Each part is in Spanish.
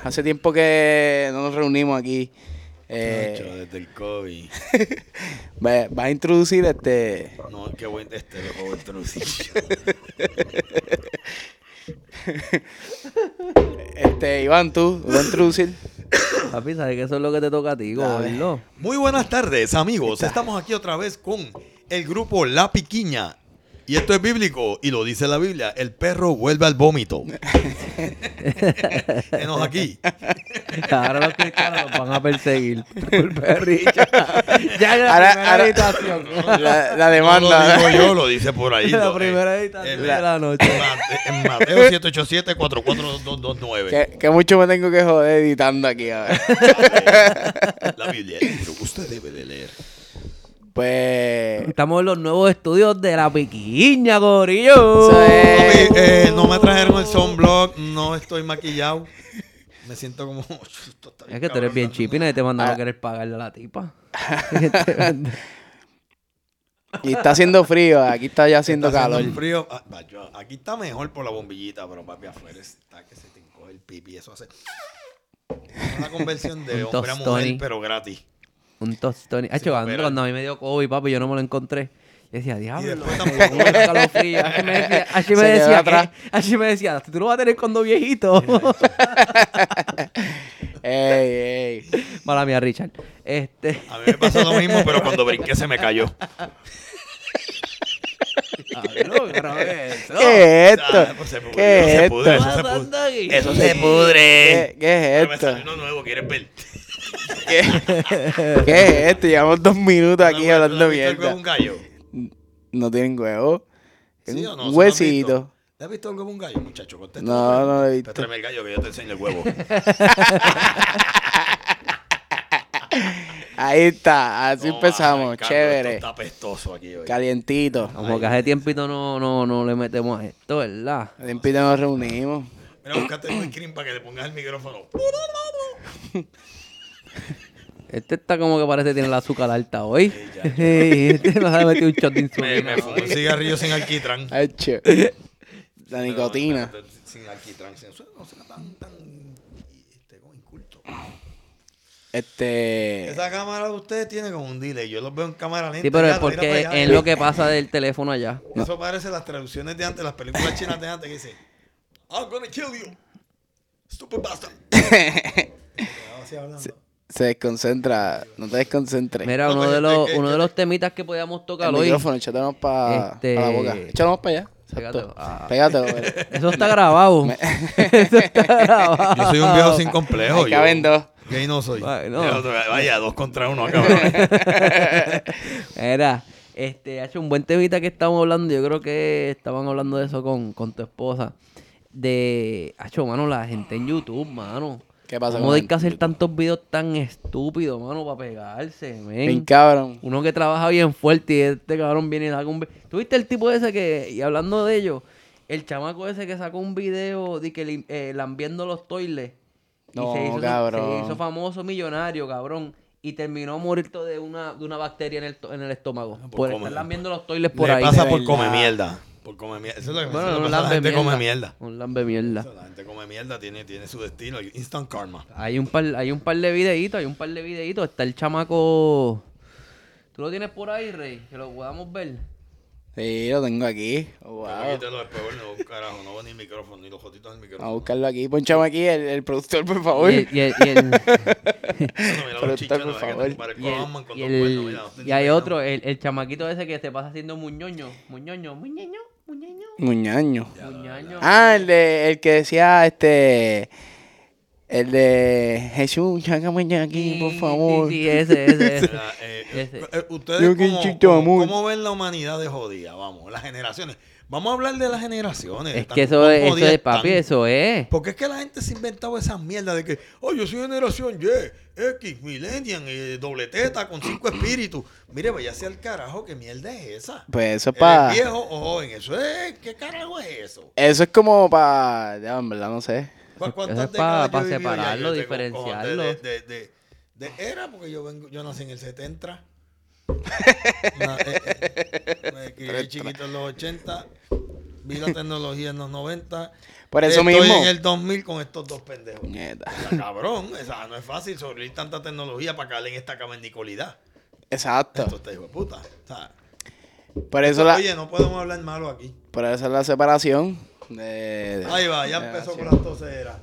Hace tiempo que no nos reunimos aquí. Desde el COVID. ¿Vas a introducir No, qué buen lo puedo introducir. Iván, tú vas a introducir. Papi, ¿sabes que eso es lo que te toca a ti, gordo? Muy buenas tardes, amigos. Estamos aquí otra vez con el grupo La Piquiña. Y esto es bíblico, y lo dice la Biblia: el perro vuelve al vómito. Enos aquí. Ahora los cristianos nos van a perseguir por perrillo. Ya en la Ahora- primera editación. La demanda. No lo digo yo, lo dice por ahí. La primera editación de la noche. En Mateo 787-44229. que mucho me tengo que joder editando aquí. A ver. La Biblia, el libro que usted debe de leer. Pues... Estamos en los nuevos estudios de La Piquiña, gorillo. Eso es. Papi, no me trajeron el sunblock, no estoy maquillado. Me siento como... Es que tú eres bien chip y nadie te manda a querer pagarle a la tipa. Y está haciendo frío, aquí está ya haciendo calor. Frío. Aquí está mejor por la bombillita, pero papi, afuera está que se te encoge el pipi. Eso hace... Una conversión de Un hombre a mujer, tostoni. pero gratis. Un tostón. Ah, chocando, cuando a mí me dio COVID, papi, yo no me lo encontré. Yo decía, diablo, después me dio como una calofría. Así me Se quedó decía, atrás. así me decía, tú lo vas a tener cuando viejito. Ey. Mala mía, Richard. A mí me pasó lo mismo, pero cuando brinqué se me cayó. Diablo, ¿qué es eso? ¿Qué es esto? Pues se pudre, ¿Qué es se pudre, esto? eso se pudre. pasando aquí? Eso se pudre. ¿Qué es Pero me esto? salió uno nuevo, ¿quieres ver? ¿Qué es esto? Llevamos 2 minutos aquí hablando ¿Tú has visto algo de mierda. un gallo? No tienen huevo. ¿Sí o no? ¿Sí Un lo has huesito. visto? ¿Te has visto algo de un gallo, muchacho? Contesta. No, no lo he visto. Tráeme el gallo que yo te enseño el huevo. Ahí está, así No, empezamos. ay, Carlos, Chévere. Esto está pestoso aquí hoy. Calientito. Como que hace tiempito no le metemos a esto, ¿verdad? Calientito nos reunimos. Mira, búscate un screen para que le pongas el micrófono. Este está como que parece que tiene el azúcar alta hoy. Sí, ya. Este nos ha metido un shot de insulina. Me fumo un cigarrillo sin alquitrán. Hecho. La nicotina. Pero sin alquitrán. Eso no será tan como inculto. Esa cámara de ustedes tiene como un delay. Yo los veo en cámara lenta. Sí, pero ya, es mira para porque allá. es lo que pasa del teléfono allá. Eso parece las traducciones de antes, las películas chinas de antes que dice I'm gonna kill you, stupid bastard. Así hablando. Se desconcentra. No te desconcentres. Mira, No, uno pues, de los, ¿qué- uno de qué- los temitas que podíamos tocar El hoy. micrófono, échatelo más para la boca. Échalo más para allá. Pégatelo. Exacto. Ah. Pégatelo. Eso está grabado. Eso está grabado. Yo soy un viejo sin complejo. Ahí caben dos. Gay no soy. Ay, no. Vaya, 2 contra 1, cabrón. Era, ha hecho un buen temita que estábamos hablando. Yo creo que estaban hablando de eso con tu esposa. Mano, la gente en YouTube, mano. ¿Qué pasa ¿Cómo con hay la que hacer gente? tantos videos tan estúpidos, mano, para pegarse, men? Bien cabrón. Uno que trabaja bien fuerte y este cabrón viene y saca un video. ¿Tú viste el tipo ese que, y hablando de ello, el chamaco ese que sacó un video de que lambiendo los toiles? Y No, se cabrón. hizo famoso millonario, cabrón. Y terminó muerto de una bacteria en el estómago. Por comer. estar lambiendo los toiles por Le ahí. pasa de por verdad. comer mierda. Por comer mierda. Eso es lo que me Bueno, pasa. un La lambe gente mierda. come mierda. Un lambe mierda. Eso, la gente come mierda, tiene su destino. Instant karma. Hay un par de videitos, Está el chamaco. ¿Tú lo tienes por ahí, Rey? Que lo podamos ver. Sí, lo tengo aquí. Wow. Quítalo después, bueno, carajo, no va ni el micrófono, ni los jotitos del Vamos a micrófono. buscarlo aquí. Ponchamos aquí el productor, por favor. Y el- Mira Pero los chichanos, por favor. que parezco Y, el- Batman con y dos el- cuernos, mira, y hay otro, el chamaquito ese que se pasa haciendo muñoño. Muñaño. Muñaño. Muñaño. Ah, el que decía el de Jesús, chágame aquí, por favor. Sí, ese. Mira, Ese. ustedes Yo que chito, amor. ¿cómo ven la humanidad de jodida? Vamos, las generaciones. Vamos a hablar de las generaciones. Es Tan- que eso cuán es, jodidas papi, están. eso es. Porque es que la gente se ha inventado esas mierdas de que, oh, yo soy generación Y, X, Millennium, doble teta con 5 espíritus. Mire, vaya sea el carajo, ¿qué mierda es esa? Pues eso es ¿Eres para... viejo o joven? Eso es, ¿qué carajo es eso? Eso es como para... Ya, en verdad, no sé. ¿Cuántas Eso es décadas pa' yo he vivido ya? separarlo, Yo tengo diferenciarlo. cojones de era, porque yo nací en el 70. Me crié chiquito en los 80. Vi la tecnología en los 90. Por eso estoy mismo. en el 2000 con estos dos pendejos. Puñeta. O sea, cabrón, no es fácil sobrevivir tanta tecnología para caer en esta cavernicolidad. Exacto. Esto está hijo de puta. O sea, Por eso la, oye, no podemos hablar malo aquí. por eso la separación. Ahí va, ya empezó con las toseras.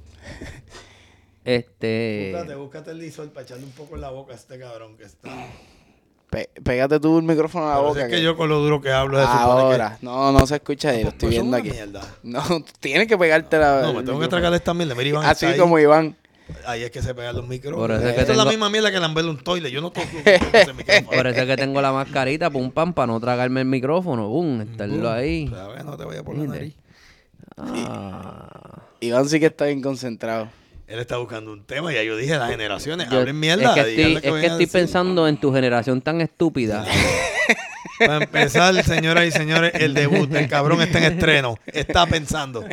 Búscate el lisol para echarle un poco en la boca a este cabrón que está. Pégate tú el micrófono a la Pero boca. si es que yo con lo duro que hablo se supone ahora. No se escucha ahí, lo Pues estoy eso es viendo una aquí. mierda. No, tú tienes que pegarte la. No, me tengo que tragar esta mierda. Mira, Iván Así está como ahí. Iván. Ahí es que se pegan los micrófonos. Por eso es que Esto es la tengo- misma mierda que lamberle un toile. Yo no toco ese micrófono. Por eso es que tengo la mascarita, pum, pam, para no tragarme el micrófono. Boom, estarlo ahí. A ver, no te vayas por la nariz. Ah. Iván sí que está bien concentrado. Él está buscando un tema. Ya yo dije, las generaciones, Yo- hablen mierda. es que díganle estoy, es vayan que a estoy decir. pensando en tu generación tan estúpida. Para empezar, señoras y señores, el debut. El cabrón está en estreno. Está pensando.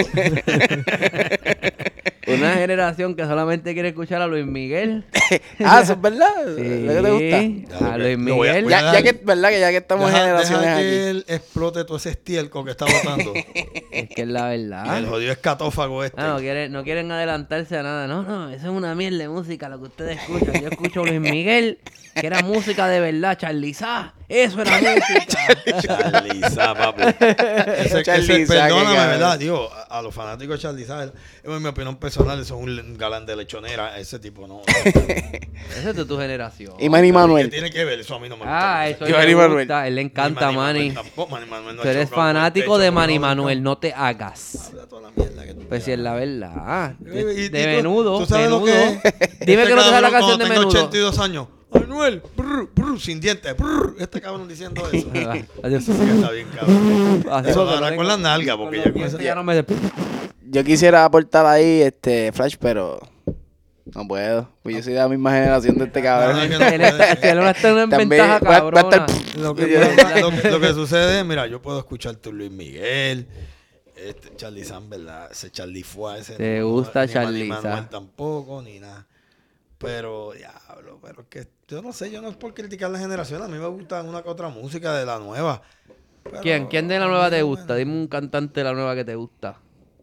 Una generación que solamente quiere escuchar a Luis Miguel. Eso es verdad. Sí, ¿Lo que te gusta? a Luis Lo voy a- Miguel. voy a- Ya que, ¿verdad? Que ya que estamos en generaciones deja aquí. que él explote todo ese estiércol que está botando. Es que es la El verdad. jodido escatófago este. Ah, no quieren adelantarse a nada. No, eso es una mierda de música lo que ustedes escuchan. Yo escucho Luis Miguel, que era música de verdad. Charliza, eso era música. Charliza, papi. Ese, Charliza, perdóname, qué cabrón. ¿verdad? Digo, a los fanáticos de Charliza, en mi opinión personal, eso es un galán de lechonera. Ese tipo no. Esa es de tu generación. Y Manny ¿Qué Manuel. tiene que ver? Eso a mí no me gusta. Ah, eso Yo, le Manny gusta. Manuel. A él le encanta, Manny. Tampoco, Manny Manuel no Tú eres ha chocado fanático con el de techo, Manny no, Manuel, no te hagas. Habla toda la mierda que tú Pues si es la verdad. Y De tú- menudo. ¿Tú sabes lo que Menudo. es? Dime que no te sabes la cabrón, canción de cuando tenga Menudo. 82 años. Manuel, sin dientes. Este cabrón diciendo eso. Adiós. Eso sí que está bien, cabrón. Así Eso porque habla no con las nalgas, porque ya con Eso esa- ya no me... Yo quisiera aportar ahí Flash, pero no puedo. Pues yo soy de la misma generación de este cabrón. Ah, que no Él está él no está en una También ventaja va a estar- cabrona. Lo que sucede es, mira, yo puedo escuchar tu Luis Miguel, Charlie San, ¿verdad? Ese Charlie fue ese. Te gusta ni Charlie Manny San. Manuel tampoco, ni nada. Pero, diablo, pero es que yo no sé, yo no es por criticar la generación. A mí me gusta una que otra música de la nueva. Pero- ¿Quién de la nueva te gusta? Dime un cantante de la nueva que te gusta.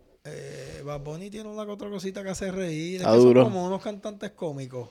Bad Bunny tiene una que otra cosita que hace reír. Es Está que son duro. como unos cantantes cómicos.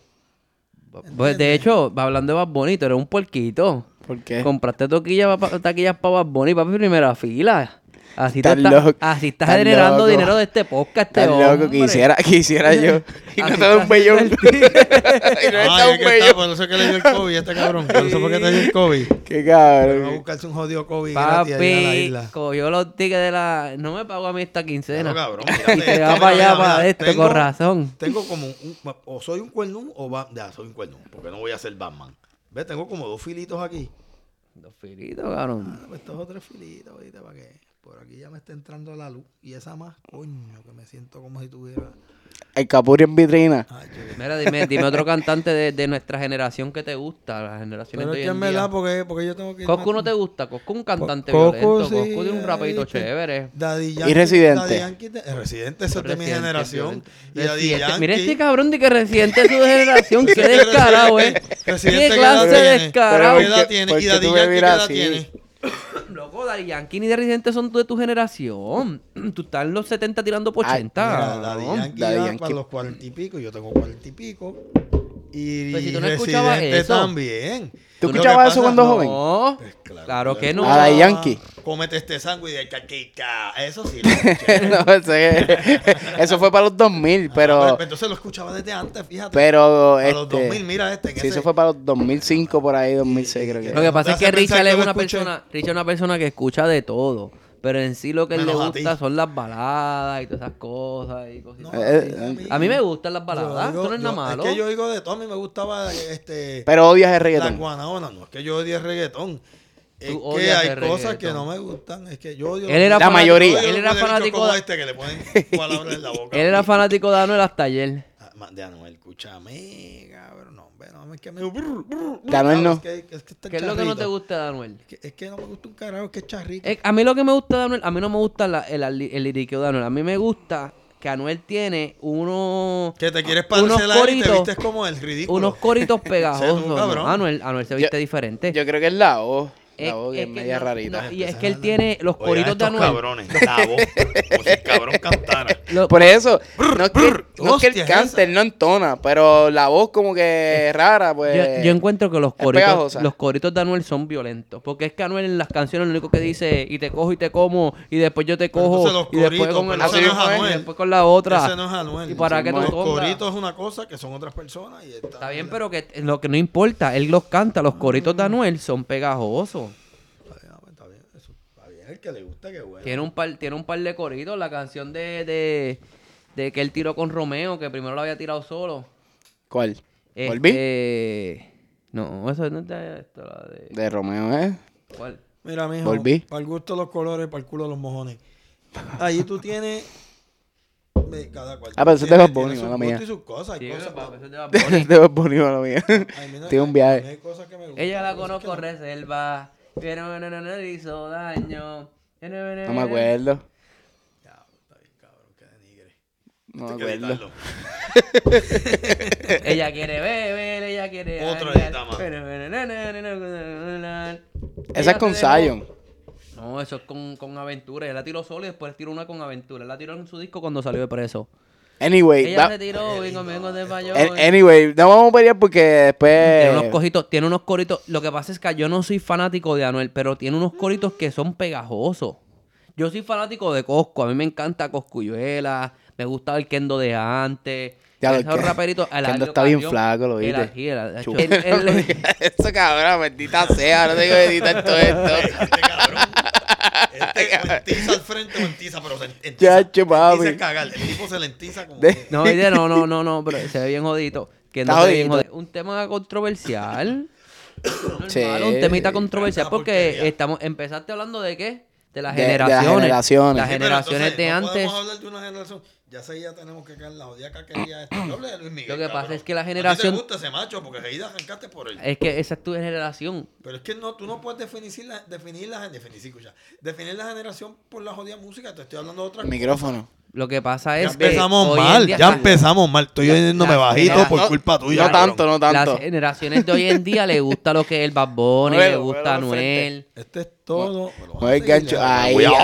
Pues de hecho, hablando de Bad Bunny, tú eres un puerquito. ¿Por qué? Compraste taquillas para Bad Bunny, papi, primera fila. Así, Estás estás loco. estás Estás generando loco. dinero de este podcast, Estás loco, quisiera yo. Y no Así te da un está bellón. haciendo el tigre. Y no Ay, está es un que está, bellón. por eso es que le dio el COVID este cabrón. Por eso fue que te dio el COVID. Qué Va a cabrón. buscarse un jodido COVID gratis allá en la Papi, isla. cogió los tickets de la... No me pagó a mí esta quincena. Claro, cabrón, Y mírate se esto, va mira, para allá, mira, para mira. esto, con razón. Tengo como o soy un cuernú o soy un cuernú, porque no voy a ser Batman. ¿Ves? Tengo como 2 filitos aquí. Dos filitos, cabrón. Pues estos otros filitos, ¿viste? ¿Para qué? Por aquí ya me está entrando la luz. Y esa más, coño, que me siento como si tuviera... El Capuri en vitrina. Ay, Mira, dime otro cantante de nuestra generación que te gusta. La generación pero de es hoy que en en día. verdad, porque yo tengo que... Coscu no te gusta. Coscu es un cantante Coscu, violento. sí, Coscu tiene un rapidito ¿viste? chévere. Daddy Yankee, Residente. Daddy Yankee, el Residente, eso es de mi Residente, generación. Y Residente. Daddy Yankee... Mira este cabrón de que Residente es su generación. Qué descarado, ¿eh? Residente, Qué ¿qué clase edad de tiene? descarado. ¿Qué edad tiene? ¿Por Y qué Daddy tú me Yankee, ¿qué miras edad así? tiene? Loco, Daddy Yankee ni de Residente son de tu generación. Tú estás en los 70 tirando por 80. Mira, Daddy cabrón. Yankee Daddy ya Yankee. para los 40 y pico, yo tengo 40 y pico. Y Pues si tú no escuchabas Residente eso. también. ¿Tú Lo que escuchabas eso pasa- cuando joven? No, Pues claro que no. A Daddy Yankee. Cómete este sándwich de caquica. Eso sí lo escuché. No, eso fue para los 2000, pero Entonces lo escuchaba desde antes, fíjate. pero a los 2000, mira en sí, ese... eso fue para los 2005 por ahí, 2006 creo que. Lo que pasa Te es que hace pensar Richard es que lo una escuché. persona, Richard es una persona que escucha de todo. Pero en sí lo que a él le Menos a gusta ti. son las baladas y todas esas cosas y cositas. No, A mí me gustan las baladas, yo eso no es nada yo- malo. Es que yo digo de todo, a mí me gustaba Pero odias el la reggaetón. guanaona, no es que yo odie el reggaetón. Es Tú que odias hay el cosas que reggaetón. no me gustan. Es que yo odio Él era La fanático- mayoría. Él era los fanático como de, este que le ponen palabras en la boca. él era fanático de Anuel hasta ayer. De Anuel, escúchame, cabrón. No, hombre, no, es que me... De Anuel no. Es que está ¿Qué es lo que no te charrito. gusta de Anuel? Es que no me gusta un carajo, es que es charrito. A mí lo que me gusta de Anuel, a mí no me gusta el liriqueo de Anuel. A mí me gusta que Anuel tiene Que te quieres unos parecer a él y te coritos- vistes como el ridículo. unos coritos pegajosos. Sé tú, cabrón. No, Anuel se viste diferente. Yo creo que es la voz. La voz es media rarita. Y es que él tiene los Oigan coritos de estos Anuel. cabrones, la voz, como si el cabrón cantara. Por eso, no es que él Hostia, cante, esa. él no entona, pero la voz como que es rara, pues. Yo encuentro que es pegajosa. los coritos de Anuel son violentos. Porque es que Anuel en las canciones lo único que dice, y te cojo y te como, y después yo te Pero cojo, entonces los y después coritos, con el pero ese no es otro, y Anuel. después con la otra. Ese no es Anuel. ¿Y para qué tú Los tomas? coritos es una cosa que son otras personas. Y Está bien, pero que lo que no importa, él los canta, los coritos de Anuel son pegajosos. Está bien, eso está bien. El que le gusta, que bueno. Tiene un par de coritos, la canción de que él tiró con Romeo, que primero lo había tirado solo. ¿Cuál? ¿Volví? No, eso no es de esto, la de... De Romeo, ¿eh? ¿Cuál? Mira, mijo, Volví. para el gusto de los colores, para el culo de los mojones. Ahí tú tienes... Cada cual. Pero eso es de Bad Bunny, tiene mala sus mía. gustos y sus cosas. Hay Sí, cosas papi, eso es de Bad Bunny. De Bad Bunny, mala mía. Ay, mira, Tiene un hay viaje. cosas que me gustan, Ella la cosas conozco, que no. reserva, pero no le hizo daño. No me acuerdo. Ya, está bien, cabrón, que denigre. No me Hay que acuerdo. editarlo. Ella quiere beber, ella quiere... Otra andar. edita más. Esa Ella es con se dejó- Zion. No, eso es con Aventura. Ella la tiró solo y después tiró una con Aventura. Él la tiró en su disco cuando salió de preso. Anyway, Ella se tiró, vengo de Bayón. anyway, no vamos a pelear porque después. Tiene unos coritos. Lo que pasa es que yo no soy fanático de Anuel, pero tiene unos coritos que son pegajosos. Yo soy fanático de Coscu. A mí me encanta Coscuyuela. Me gusta el Kendo de antes. Ya, Esos que- raperitos. Kendo está bien flaco, lo viste. Chulo. Eso, cabrón, maldita sea. No tengo que editar todo esto. Este cabrón. Este o entiza al frente o entiza, pero se entiza. Chacho, papi. Entiza es cagar. El tipo se le entiza como... De- No, no, pero se ve bien jodito. Kendo Está se ve bien jodito. jodido. Un tema controversial. Sí. Normal, un temita controversial Esta porque porquería. empezaste hablando de qué? De las De las generaciones. generaciones. Las Sí, pero generaciones entonces, de no antes. podemos hablar de una generación. Ya sé, ya tenemos que caer en la jodida caquería esta. Yo hablé de Luis Miguel, Lo que pasa cabrón. es que la A ti generación- te gusta ese macho porque ahí arrancaste por él. Es que esa es tu generación. Pero es que no, tú no puedes definir la generación por la jodida música. Te estoy hablando de otra El micrófono. Lo que pasa Ya es que empezamos hoy en mal, día- ya empezamos mal. Estoy oyéndome la- bajito la- por no- culpa tuya. No cabrón. tanto, no tanto. Las generaciones de hoy en día le gusta lo que es el Bad Bunny, le Muévelo, gusta muévelo al Anuel. Este es todo. Me lo vas No a hay seguir, gancho. ya. Ahí, Cuidado.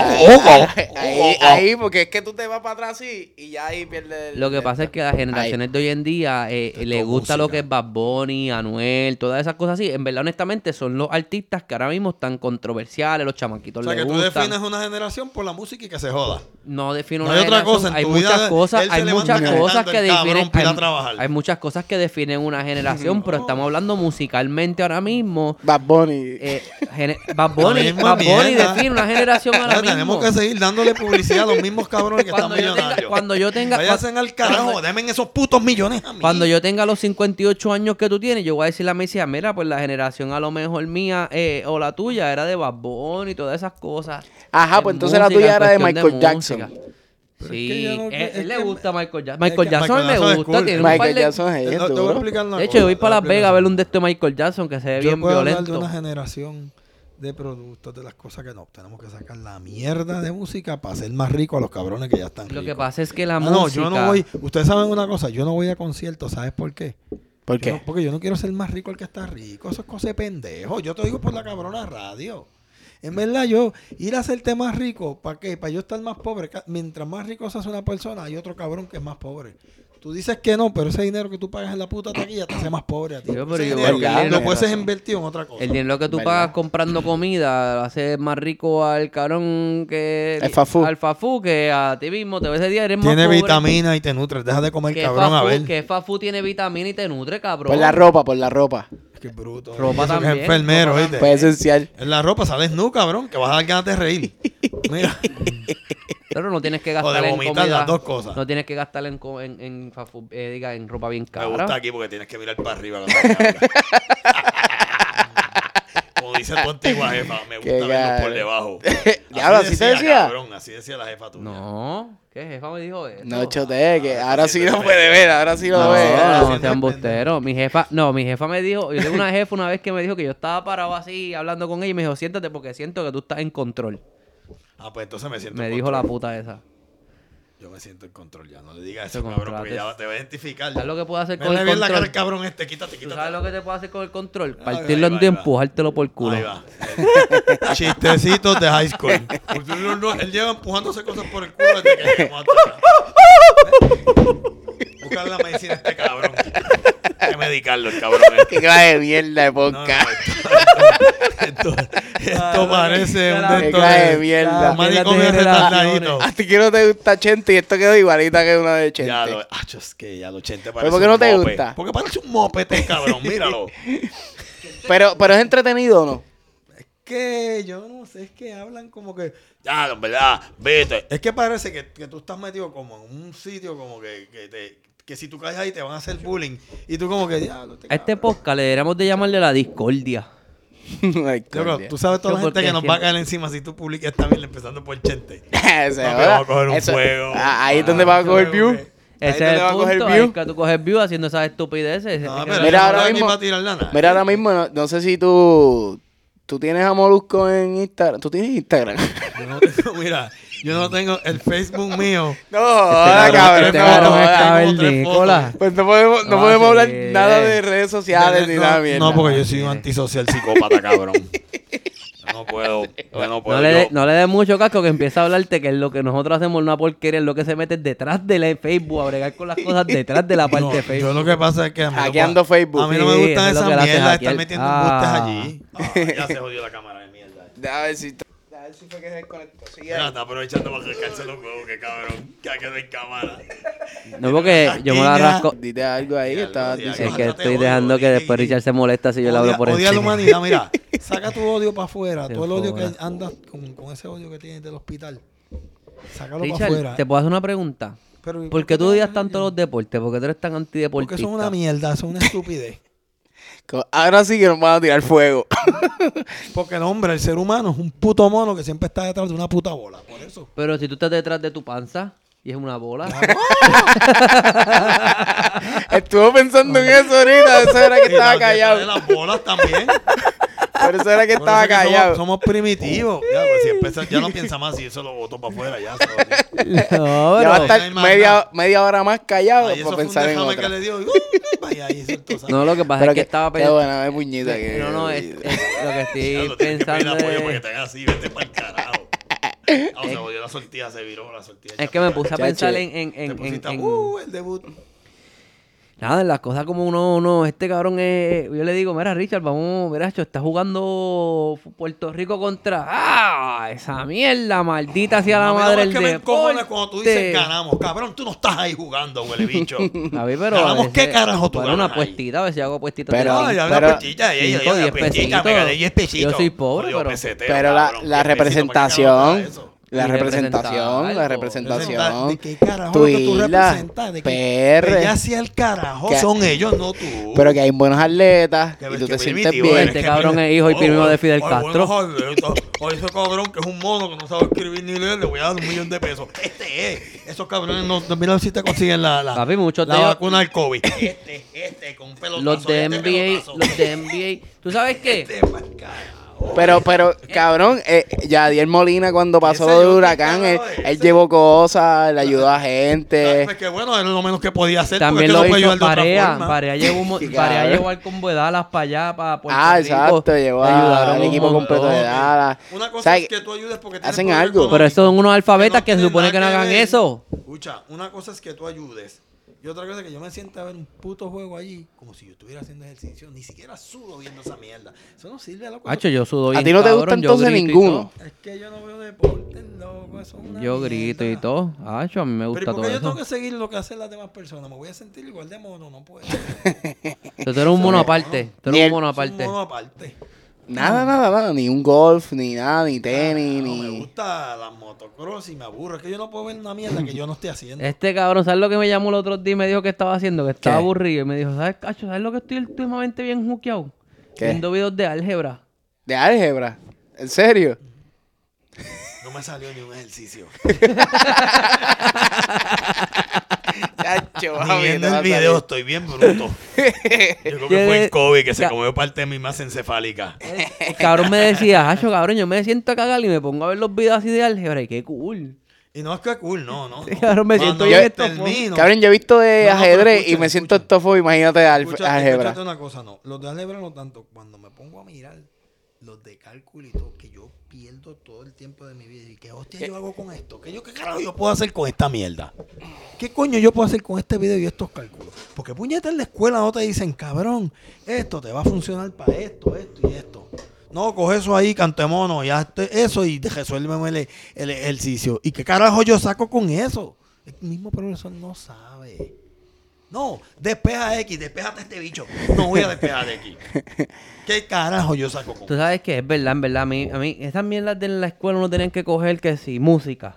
ahí, porque es que tú te vas para atrás así y ya ahí pierdes. Lo que pasa es que las generaciones de hoy en día le todo gusta lo música. que es Bad Bunny, Anuel, todas esas cosas así. En verdad, honestamente, son los artistas que ahora mismo están controversiales, los O chamaquitos sea, les que tú gustan. defines una generación por la música y que se joda. No defino No una hay otra generación. cosa en Hay tu muchas vida, cosas, él se hay levanta muchas cosas cantando, que el cabrón, definen, para ir a trabajar. hay muchas cosas que definen una generación, pero estamos hablando musicalmente ahora mismo. Bad Bunny. Bad Bunny, La misma Bad Bunny mierda. define una generación ahora Ahora mismo. tenemos que seguir dándole publicidad a los mismos cabrones que Cuando están yo tenga- millonarios. cuando yo tenga- Váyanse al carajo, cuando- denme esos putos millones a mí. Cuando yo tenga los 58 años que tú tienes, yo voy a decirle a mi hija, mira, pues la generación a lo mejor mía o la tuya era de Bad Bunny y todas esas cosas. Ajá, En pues entonces la música, tuya en era de cuestión Michael Jackson. música. Pero Sí, es que ya no- él es le que- gusta Michael Jackson. es Michael que Jackson me Michael Jackson es gusta. cool. Tiene un par Michael de... Jackson es Te voy a duro. explicar una De hecho, cosa, yo voy para Las te voy Vegas a explicar. ver un de estos de Michael Jackson que se ve Yo bien puedo hablar de violento. una generación de productos, de las cosas que no. Tenemos que sacar la mierda de música para hacer más rico a los cabrones que ya están Lo ricos. que pasa es que la No, música... yo no voy. Ustedes saben una cosa, yo no voy a conciertos, ¿sabes por qué? ¿Por Yo qué? no- porque yo no quiero ser más rico el que está rico. Eso es cosa de pendejo. Yo te digo por la cabrona radio. En verdad, yo ir a hacerte más rico, ¿para qué? Para yo estar más pobre. Mientras más rico se hace una persona, hay otro cabrón que es más pobre. Tú dices que no, pero ese dinero que tú pagas en la puta taquilla te hace más pobre a ti. Yo, pero Ese yo dinero creo que el lo dinero- puedes invertir en otra cosa. El dinero que tú ¿Verdad? pagas comprando comida hace más rico al cabrón que... El fafú. Al fafú que a ti mismo. Te ves ese día eres más Tiene pobre. vitamina y te nutres. Deja de comer, Que cabrón, a ver. que fafú tiene vitamina y te nutre, cabrón. Por la ropa, por la ropa. Es que bruto. Ropa Eso que también, es enfermero, ropa ¿viste? Pues esencial. En la ropa sales nu, cabrón, que vas a dar ganas de reír. Mira. Pero no tienes que O gastar de en vomitar, comida. las dos cosas. No tienes que gastar en fafú, diga, en ropa bien Me cara. gusta aquí porque tienes que mirar para arriba cuando te hablas. Como dice tu antigua jefa, me Qué gusta verlo por cabrón. debajo. Diablo, ¿así te decía? Cabrón, así decía la jefa tuya. No, ¿qué jefa me dijo eso? No chote, que ahora sí lo siempre puede ver, ahora sí lo No, ve. no, haciendo sean el busteros. Mi jefa me dijo, yo tengo una jefa una vez que me dijo que yo estaba parado así hablando con ella y me dijo, siéntate porque siento que tú estás en control. Ah, pues entonces me siento Me en dijo la control. puta esa. Yo me siento en control ya. No le digas eso, Te cabrón, porque controlaste. ya te va a identificar. ¿Sabes lo que puedo hacer con Vele el bien la cara control? al cabrón este. Quítate. ¿Tú sabes lo que te puedo hacer con el control? Ahí Partirlo va, en dos y ahí va. empujártelo por culo. Ahí va. Chistecitos de high school. Porque él lleva empujándose cosas por el culo desde que llegamos hasta acá. Buscar la medicina a este cabrón. Hay que medicarlo, el cabrón. Qué clase de mierda de No, podcast. esto parece un Qué de estos clase de mierda. un manicomio retardadito. A ti que no te gusta Chente y esto quedó igualita que una de Chente. Ya lo, es que ya lo Chente ¿Pero parece por qué no un te mope. gusta? Porque parece un mopete, cabrón, míralo. Pero es entretenido, ¿o no? Que yo no sé, es que hablan como que, ya, en verdad, vete. Es que parece que tú estás metido como en un sitio como que si tú caes ahí te van a hacer bullying. Y tú como que, diablo, A este podcast le deberíamos de llamarle la discordia. Ay, Loco, coño. tú sabes toda la Yo gente que nos porque va a caer encima si tú publicas esta mierda empezando por Chente. Ese, No, que ¿verdad? vamos a coger un Eso- fuego. Ahí es donde vas a coger view. Ahí Ese es es donde el vas a coger punto, ahí view. es que tú coges view haciendo esas estupideces. No, Ese- pero Mira, no ahora aquí mismo- para tirar la nada. Mira, ahora mismo, no sé si tú tienes a Molusco en Instagram. ¿Tú tienes Instagram? Yo no tengo, mira, yo no tengo el Facebook mío. No, joda, cabrón, este no, cabrón joda. es como tres cavernícola. fotos. Pues no podemos Ah, hablar sí. nada de redes sociales ni no, nada mierda. no, porque yo soy un antisocial psicópata, cabrón. Yo no puedo, yo no puedo. No le des mucho casco que empieza a hablarte que lo que nosotros hacemos es una porquería, es lo que se mete detrás del Facebook, a bregar con las cosas detrás de la parte de Yo Facebook. lo que pasa es que a mí Hackeando Facebook. A mí no Sí, me gustan eso es lo esas que le hace mierdas de hackear. estar metiendo embustes allí. Ya se jodió la cámara de mierda. A ver si fue que se desconectó. Sigue Mira, ahí. está aprovechando para rascarse los huevos, que cabrón. Que ha quedado en cámara. No, porque yo me la rasco. Dite algo ahí que Di algo, estabas di algo. Es diciendo. que Mátate estoy odio, dejando que di- después di- Richard se molesta si yo le hablo por Odia a la encima. humanidad, mira. Saca tu odio para afuera. Se Todo el odio que joda. andas con ese odio que tienes del hospital. Sácalo para Richard, afuera. ¿te puedo hacer una pregunta? Pero, ¿Por qué tú te odias vas a tanto odiar? los deportes? ¿Por qué tú eres tan antideportista? Porque son una mierda, son una estupidez. Ahora sí que nos van a tirar fuego. Porque no, hombre, el ser humano es un puto mono que siempre está detrás de una puta bola. Por eso. Pero si tú estás detrás de tu panza y es una bola. Estuvo pensando en eso ahorita. Eso era que Y estaba las detrás de callado. las bolas también. Por eso era que Por eso estaba es que callado. Somos primitivos. Ya, pues, si empieza, ya no piensa más si eso lo botó para afuera. Ya, No, Ya va a pero... estar No hay más media hora más callado ahí eso para fue un pensar en déjame que otra. le dio. Y ahí hizo entonces. No, lo que pasa Pero es que estaba qué pensando... buena, puñita. Que... No, es lo que estoy Diablo, tienes que pedir pensando apoyo porque es... te hagas así, vete para el carajo. Se jodió la sortilla, se viró la sortilla. Es que me puse a Chacho, pensar Te en pusiste, en- el debut. nada, en las cosas como uno, este cabrón es, yo le digo, mira Richard, vamos, mira, está jugando Puerto Rico contra, esa mierda, maldita sea la A mí madre no del es que me encojona deporte. cuando tú dices ganamos. Cabrón, tú no estás ahí jugando, huele bicho. A ver, pero Ganamos, a ¿qué veces- carajo tú bueno, una ganas ahí? puestita, a ver si hago puestita. Pero- de Ay, cinco, habla pero- pechita, cinco, ella, 10 pechita, me gané 10 pesitos. Yo soy pobre, Jodido pero- pesetero, Pero cabrón, la 10 pesitos, ¿para qué carajo te representación. da eso? La Y representación, la representar representación. ¿De qué carajo Tu lo que tú isla, representas? ¿De PR. ya sea el carajo, Que- son ellos, no tú. Pero que hay buenos atletas Que y ves tú que te sientes primitivo bien. Este cabrón es hijo y primo de Fidel Castro. O ese cabrón que es un mono que no sabe escribir ni leer, le voy a dar $1,000,000 pesos. Este es. Esos cabrones no, mira si te consiguen la Papi, muchos la de ellos- vacuna del COVID. Con un pelotazo. Los de este NBA, pelotazo. los de NBA, ¿tú sabes qué? Este pa'l carajo. Pero, cabrón, Yadier Molina cuando pasó Ese lo del yo, huracán, ¿qué él, carajo es él ese? llevó cosas, le ayudó a gente. Pues que bueno, era lo menos que podía hacer. También porque lo no puede hizo ayudar de otra Parea. forma. Parea llevó, Qué Parea cabrón. llevó al combo de Dallas para allá, para Puerto Ah, Rico. exacto, llevó Le ayudaron al un equipo completo de montón. Dallas. Una cosa O sea, es que tú ayudes porque tienes hacen poder algo. económico, Pero estos son unos alfabetas que se tiene supone que no nada hagan ver. eso. Escucha, una cosa es que tú ayudes y otra cosa es que yo me sienta a ver un puto juego allí como si yo estuviera haciendo ejercicio. Ni siquiera sudo viendo esa mierda. Eso no sirve, loco. Hacho, yo sudo bien, ¿A ti no te cabrón, gusta yo entonces grito y ninguno? Es que yo no veo deporte, loco. Eso es una Yo grito y mierda. todo. Hacho, a mí me gusta Pero ¿y por todo qué yo tengo eso. que seguir lo que hacen las demás personas? Me voy a sentir igual de mono, no puedo. Tú eres un mono aparte. Tú Ni eres el- un mono Es un aparte. mono aparte. Nada. Ni un golf, ni nada, ni tenis, No, me ni... gusta la motocross y me aburro. Es que yo no puedo ver una mierda que yo no esté haciendo. Este cabrón, ¿sabes lo que me llamó el otro día y me dijo que estaba haciendo? Que estaba ¿Qué? aburrido. Y me dijo, ¿sabes, Cacho? ¿Sabes lo que estoy últimamente bien juqueado? ¿Qué? Viendo videos de álgebra. De álgebra. ¿En serio? No me salió ni un ejercicio. Chacho, Ni mami, viendo te va el a video, salir. estoy bien bruto. Yo creo que fue el COVID que se comió parte de mi masa encefálica. El cabrón me decía, Hacho, cabrón, yo me siento a cagar y me pongo a ver los videos así de álgebra y qué cool. Y no es que cool, no. Sí, cabrón, me siento Cuando bien yo estofo. termino- Cabrón, yo he visto de No, pero ajedrez y escucha, me siento escucha. estofo, imagínate de Escúchate álgebra. una cosa, no. Los de álgebra no tanto. Cuando me pongo a mirar los de cálculo y todo, que yo pierdo todo el tiempo de mi vida. ¿Y qué hostia yo hago con esto? ¿Qué carajo yo puedo hacer con esta mierda? ¿Qué coño yo puedo hacer con este video y estos cálculos? Porque puñetas en la escuela no te dicen, cabrón, esto te va a funcionar para esto y esto. No, coge eso ahí, cantemono, y hazte eso y resuélveme el ejercicio. ¿Y qué carajo yo saco con eso? El mismo profesor no sabe. No, despeja X, despejate este bicho. No voy a despejar X. ¿Qué carajo yo saco con Tú eso? sabes que es verdad, en verdad. A mí esas mierdas de la escuela uno tenían que coger que sí, música.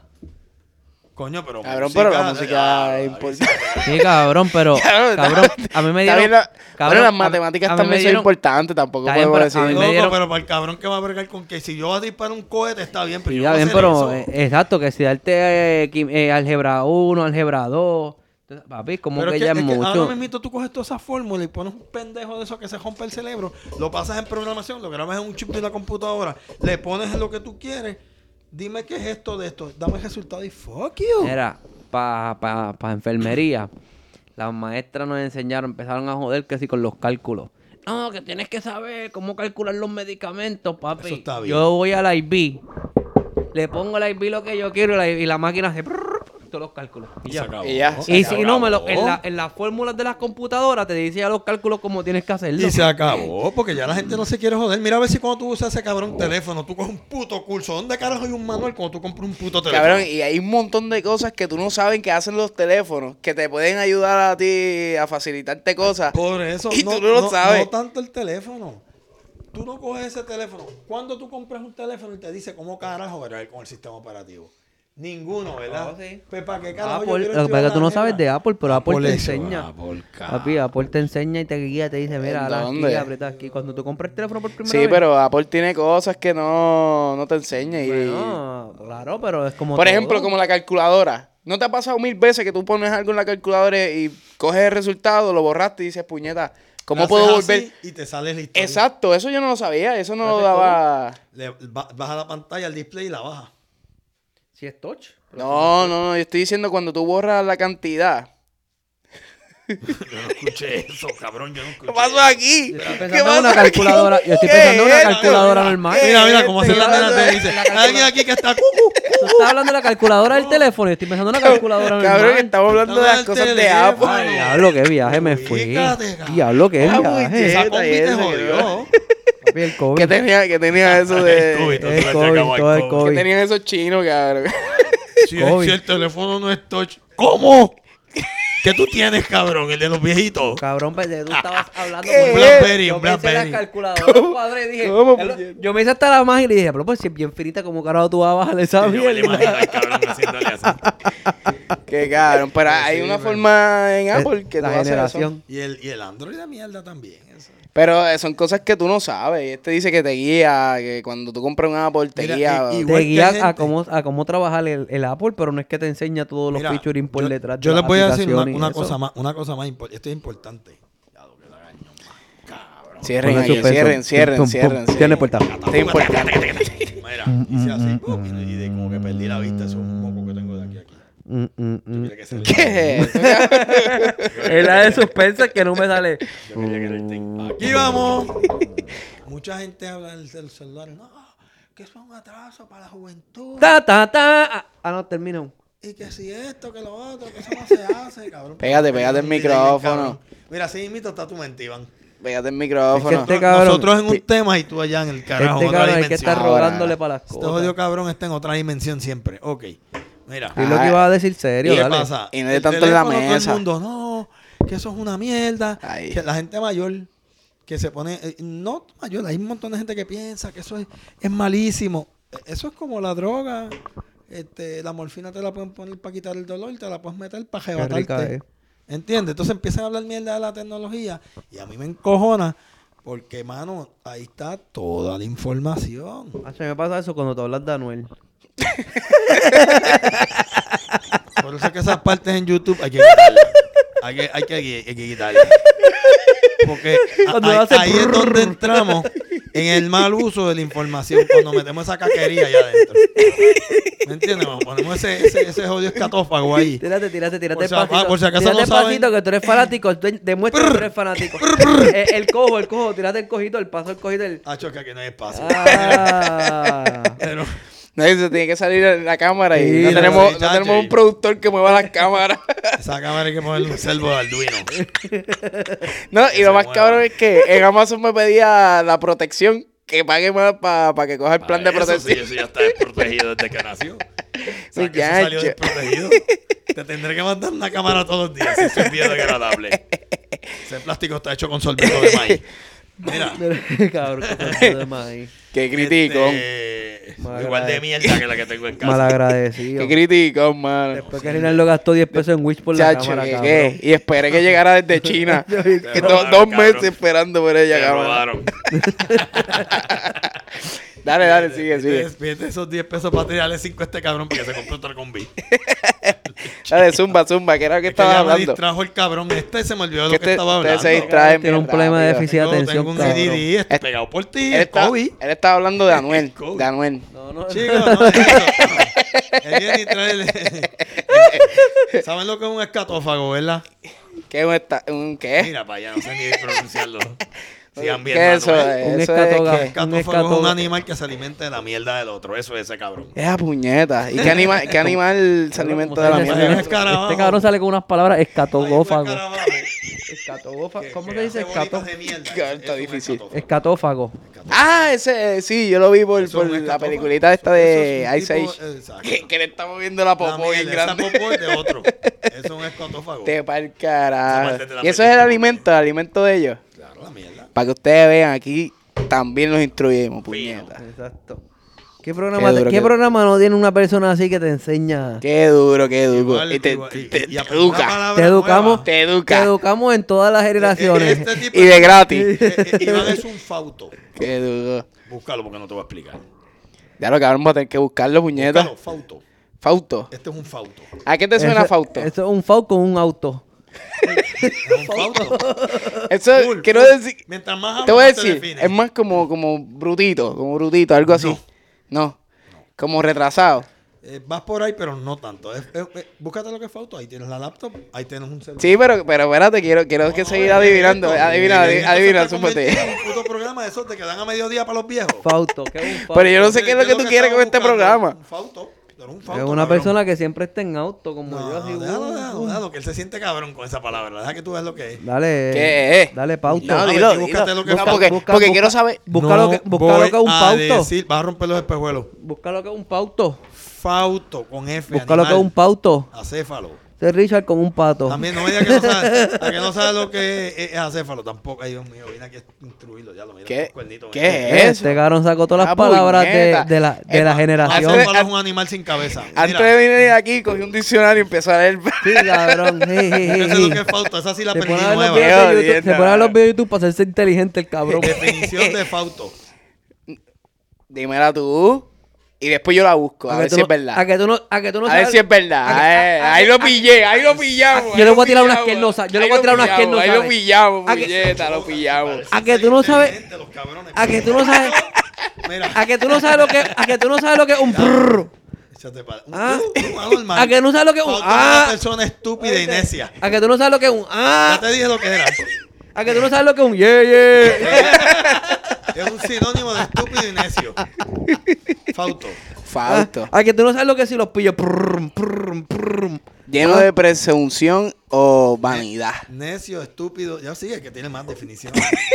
Coño, pero Cabrón, pero la música es importante. Sí, cabrón, pero cabrón, a mí me Está dieron. bien, cabrón, bueno, las a mí matemáticas me también son dieron- importantes, tampoco Está bien, podemos pero a mí decir. me Loco, dieron- pero para el cabrón que va a bregar con que si yo voy a disparar un cohete está bien, pero Sí, yo ya voy a bien, hacer pero eso. exacto, que si darte álgebra 1, álgebra 2. Entonces, papi, como Pero que es que, ya es es que mucho. ahora mismo tú coges toda esa fórmula y pones un pendejo de eso que se rompe el cerebro, lo pasas en programación, lo grabas en un chip de una computadora, le pones lo que tú quieres, dime qué es esto de esto, dame el resultado y fuck you. Era para enfermería. Las maestras nos enseñaron, empezaron a joder que sí con los cálculos. No, que tienes que saber cómo calcular los medicamentos, papi. Eso está bien. Yo voy a la IV, le pongo la IV lo que yo quiero y la máquina hace todos los cálculos. Y ya. acabó. Y ya. Y Se si no, acabó. en las fórmulas de las computadoras te dice ya los cálculos como tienes que hacerlo. Y se acabó, porque ya la gente no se quiere joder. Mira a ver si cuando tú usas ese cabrón teléfono, tú coges un puto curso. ¿Dónde carajo hay un manual cuando tú compras un puto teléfono? Cabrón, y hay un montón de cosas que tú no sabes que hacen los teléfonos, que te pueden ayudar a ti a facilitarte cosas. Por eso, Y tú no lo sabes. No tanto el teléfono. Tú no coges ese teléfono. Cuando tú compras un teléfono y te dice cómo carajo ver con el sistema operativo. Ninguno, ¿verdad? No, sí. Pues para qué carajo yo Apple, quiero lo que pasa es que tú no estudiar sabes de Apple, pero Apple te eso, enseña. Apple, Papi, Apple te enseña y te guía, te dice, mira, ¿En ahora aquí, dónde? aprieta aquí. Cuando tú compras el teléfono por primera Sí, vez. pero Apple tiene cosas que no te enseña. Y, Bueno, claro, pero es como por todo. ejemplo, como la calculadora. ¿No te ha pasado 1000 veces que tú pones algo en la calculadora y coges el resultado, lo borraste y dices, puñeta, ¿cómo Lo puedo haces volver? así y te sale la historia. Exacto, eso yo no lo sabía, eso no lo ¿Haces daba... Baja la pantalla, el display y la baja. Si es touch. No, yo estoy diciendo cuando tú borras la cantidad. Yo no escuché eso, cabrón. Yo no escuché ¿Qué pasó aquí? Yo estoy ¿Qué pensando en pasó una aquí? calculadora. Yo estoy ¿Qué pensando en una es calculadora esto? normal. ¿Qué Mira, es cómo este? se la nena te dice. La calculadora. Alguien aquí que está cucu. Tú estás hablando de la calculadora del teléfono. Yo estoy pensando en una calculadora normal. Cabrón, que estamos hablando de las Dame cosas el de teléfono. Apple. Ay, diablo, qué viaje me fui. Ubícate, cabrón. Diablo, qué Ah, viaje. muy Esa Esta combi y te esa, jodió. Papi, el COVID. Que tenía eso de... El COVID, El COVID, todo el COVID. Que tenían esos chinos, cabrón. Si COVID. el teléfono no es touch. ¿Cómo? ¿Qué tú tienes, cabrón? El de los viejitos. Cabrón, pues tú estabas hablando ¿Qué? con Blackberry, yo me hice Blackberry. la calculadora cuadra y dije, ¿Cómo, "Hello". puñeta? Yo me hice hasta la máquina y dije, pero pues si es bien finita, como carajo tú vas a bajar esa Yo me lo imagino mierda. al cabrón haciéndole así. Qué cabrón. Pero hay sí, una pero- forma en Apple que tú la haces eso. generación. Y el Android de mierda también. Eso. Pero son cosas que tú no sabes. Y este dice que te guía, que cuando tú compras un Apple te Mira, guía. y- Te igual que guía gente. a cómo trabajar el Apple, pero no es que te enseña todos los Mira, featuring por yo- detrás. de Yo las les voy a decir aplicaciones y una eso. cosa más. Esto es importante. Ya lo que la gaño más, cabrón. Cierren Ponle ahí, suspenso. cierren. Pum, pum. Tiene puerta. Esto es importante. Mira, hice así. Y de como que perdí la vista. Eso es un moco que tengo de aquí a aquí. Yo quería que se ¿Qué es eso, cabrón? Es la de suspense que no me sale. Yo quería que le Aquí vamos. Mucha gente habla del celular. No, que eso es un atraso para la juventud. Ta, ta, ta. Ah, no, termino. Y que si esto, que lo otro, que eso no se hace, cabrón. Pégate el micrófono. Cabrón. Mira, así mismo está tu mente, Iván. Pégate el micrófono. Este cabrón- Nosotros en un tema y tú allá en el carajo. Este en otra cabrón hay que dimensión. estar Ahora. rogándole para las Este cosas. jodido cabrón está en otra dimensión siempre. Ok. Mira. Y lo que iba a decir serio, ¿Qué dale. pasa? Y no de El tanto en la teléfono, mesa. Todo el mundo, no, que eso es una mierda. Ay. Que la gente mayor que se pone, no mayor, hay un montón de gente que piensa que eso es malísimo. Eso es como la droga. La morfina te la pueden poner para quitar el dolor y te la puedes meter para Qué rica arrebatarte. es. ¿Entiendes? Entonces empiezan a hablar mierda de la tecnología y a mí me encojona porque, mano, ahí está toda la información. Hacho, me pasa eso cuando te hablas de Anuel. Por eso es que esas partes en YouTube hay que quitarlas. Hay que quitarlas. Porque Cuando hace ahí es donde entramos en el mal uso de la información cuando metemos esa caquería allá adentro. ¿Me entiendes? Ponemos ese jodido escatófago ahí. Tírate Por si- despacito. por si acaso Tírate no saben. despacito que tú eres fanático. Demuestra que tú eres fanático. El cojo. Tírate el cojito, el paso del cojito. Hacho, que aquí no hay espacio. Ah. Pero, Nadie se tiene que salir en la cámara y Sí, no no, tenemos, sí, no tenemos chacho, un productor que mueva las cámaras. esa cámara hay que ponerle un servo de Arduino. No, y lo más mueva. cabrón es que en Amazon me pedía la protección, que pague más para que coja el plan de protección. Eso ya está desprotegido desde que nació. O sea, que eso Muchacho. salió desprotegido. Te tendré que mandar una cámara todos los días si eso es biodegradable. Ese plástico está hecho con sorbeto de maíz. Mira. Cabrón, qué de maíz. Qué critico. Igual de mierda que la que tengo en casa. Malagradecido. Qué critico, mano. Después que Rinaldo gastó 10 pesos en Wish por la Chacho, cámara, ¿qué, cabrón. qué? Y esperé que llegara desde China. Yo vi Que robaron, 2 cabrón. meses esperando por ella, Te cabrón. robaron. Dale, sigue. Pídete esos 10 pesos para tirarle 5 a este cabrón porque se compró otra combi. Dale, zumba, que era lo que Es que estaba ya me hablando. distrajo el cabrón este, se me olvidó de Que lo que estaba ustedes hablando. se distraen Tiene un bien problema de rápido. déficit de Yo atención, tengo un cabrón. CDD pegado por ti, Él es está- COVID. él estaba hablando de Anuel. COVID. De Anuel. No. Chico, no es eso. Él viene y trae ¿Saben lo que es un escatófago, verdad? ¿Qué es un qué? Mira para allá, no sé ni pronunciarlo. Sigan bien, ¿Qué es eso? Manuel. Un Eso escatoga- es que... Escatófago es un escatófago. animal que se alimenta de la mierda del otro. Eso es ese cabrón. Esa puñeta. ¿Y qué animal se alimenta de la ¿Cómo se mierda? dice? Escarabajo. Este cabrón sale con unas palabras escatogófago. Ahí fue el escarabajo, Escatogófago. que- ¿Cómo que se dice? hace bolitas Escato. de mierda. Está Eso es un difícil. Escatófago. escatófago. Ah, ese, sí, yo lo vi por, Eso por es un la escatófago. peliculita esta de Eso es Ice un Age. tipo- exacto. Que le estamos viendo la La popó bien mierda, esa grande. popó es de otro. Eso es un escatófago. Te pa'l Esa carajo. parte te la Y eso es perdiste. el alimento de ellos. Claro, la mierda. Para que ustedes vean, aquí también los instruimos, puñeta. Exacto. Qué duro, ¿Qué programa no tiene una persona así que te enseña? Qué duro, qué duro. Igual, Y te igual, te y aprende educa. una palabra Te educamos. nueva. Te Te educa. educamos en todas las generaciones. Este tipo Y de gratis. Iván es un fauto. Qué duro. Búscalo porque no te voy a explicar. Ya lo cabrón, vamos a tener que buscarlo, puñeta. Búscalo, fauto. Fauto. Este es un fauto. ¿A qué te suena Fausto? Eso es un Fausto con un auto. Es un fauto. Eso Full, quiero full. decir. Mientras más Te voy a hablas, decir, define. es más como brutito, algo así. No. Como retrasado. Vas por ahí, pero no tanto. Búscate lo que es fauto. Ahí tienes la laptop. Ahí tienes un celular. Sí, pero espérate, quiero que seguir adivinando. Adivina, súmate. Un puto programa de esos que dan a mediodía para los viejos. Fausto. ¿Qué es un Fausto? Pero yo no sé qué es lo que tú quieres con este programa. Un fauto. Pero un Es fauto, una cabrón. persona que siempre está en auto, como No, yo. Así, déjalo, que él se siente cabrón con esa palabra. Deja que tú veas lo que es. Dale. ¿Qué es? Dale pauta. No, A ver, dilo, búscate dilo. lo que es No, Fausto. porque quiero saber. Busca lo que es un a pauto. decir, vas a romper los espejuelos. Busca lo que es un pauto. Fauto con F. Busca lo que es animal, un pauto. acéfalo. Ese Richard con un pato. También no me digas que no sabes, a que no sabes lo que es acéfalo tampoco. Ay, Dios mío, vine aquí a instruirlo. Ya lo mira. ¿Qué? estos cuernitos, ¿Qué mira. es eso? Este cabrón sacó todas las Ah, palabras puñeta. de la generación. Hace- Acéfalo es un animal sin cabeza. Antes Mira, de venir aquí, cogí un diccionario y empezó a leer. Sí, cabrón. yo sé lo que es fauto. Esa sí la Se aprendí pone a ver los nueva. videos de Qué YouTube- se jodienda. pone a ver los videos de YouTube para hacerse inteligente el cabrón. Definición de fauto. Dímela tú. Y después yo la busco, a ver si es verdad. A que tú no A ver sabes. si es verdad. Ahí lo pillé, ahí lo pillamos. Yo le voy a tirar unas que él no sabe. Yo le voy a tirar unas que él no Ahí sabe. lo pillamos, A que- puñeta, lo pillamos. A que tú no sabes. Inteligente, los cabrones. A que tú no sabes. Mira, A que tú no sabes lo que. A que tú no sabes lo que es un brr. échate para. Ah. Un anormal. A que no sabes lo que es un. Fauto es una Ah. persona estúpida y necia. A que tú no sabes lo que es un. Ya Ah. te dije lo que era. A que tú no sabes lo que es un. Yeah, yeah. Es un sinónimo de estúpido y necio. Fauto. Fausto. A que tú no sabes lo que es si los pillo. Prrr, prrr, prrr. Lleno de presunción o vanidad. Necio, estúpido. Ya sigue que tiene más definición.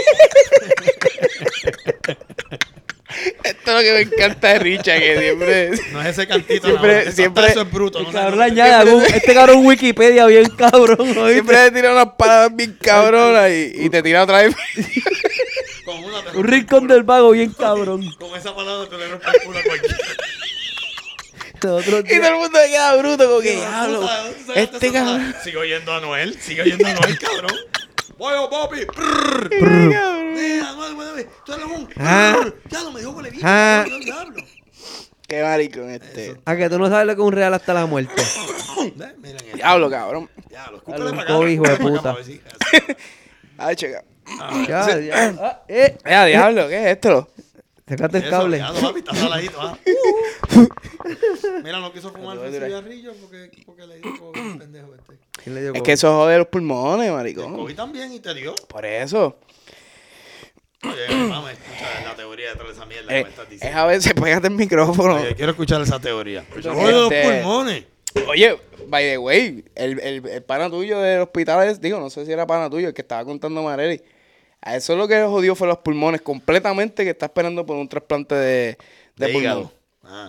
Esto es lo que me encanta de Richard, que siempre... No es ese cantito. Siempre- nada más. Hasta siempre- eso es bruto. El No cabrón sabes le lo que- añade este cabrón Wikipedia bien cabrón. ¿oíste? Siempre le tira unas palabras bien cabronas y te tira otra vez. Con una te Un rompe el rincón culo. del vago bien cabrón. Con esa palabra te le rompe el culo a cualquiera. Nosotros, Y todo el mundo se queda bruto, como que Puta, diablo. ¿dónde sacaste Este esa cabrón. palabra? Sigo oyendo a Noel. Sigo oyendo a Noel, cabrón. Voy, papi. Mira, Noel, tú eres un. Ah. Ya no me dijo que le vi. Ah. Diablo. Qué maricón este. a que tú no sabes lo que es un real hasta la muerte. Miren eso. Diablo, cabrón. Diablo, Dale un escúpele para acá. cobo, hijo de escúpele puta. para acá, a ver si- Ay, checa. Ya, ya. Diablo, ¿qué es esto? Sácate el Eso, cable. ya, papi, está saladito, ¿ah? Mira, no quiso fumar el cigarrillo porque le dio como un pendejo este. ¿Quién le dio Es COVID? que eso jode los pulmones, El maricón. COVID también y te dio. Por eso. Oye, mamá, escucha la teoría detrás de esa mierda que me estás Es diciendo. a veces, pégate el micrófono. Oye, quiero escuchar esa teoría. Este- Oye, los pulmones. Oye, by the way, el pana tuyo del hospital, digo, no sé si era pana tuyo, el que estaba contando Marely. A eso lo que le jodió fue los pulmones completamente, que está esperando por un trasplante de pulmón. hígado. Ah.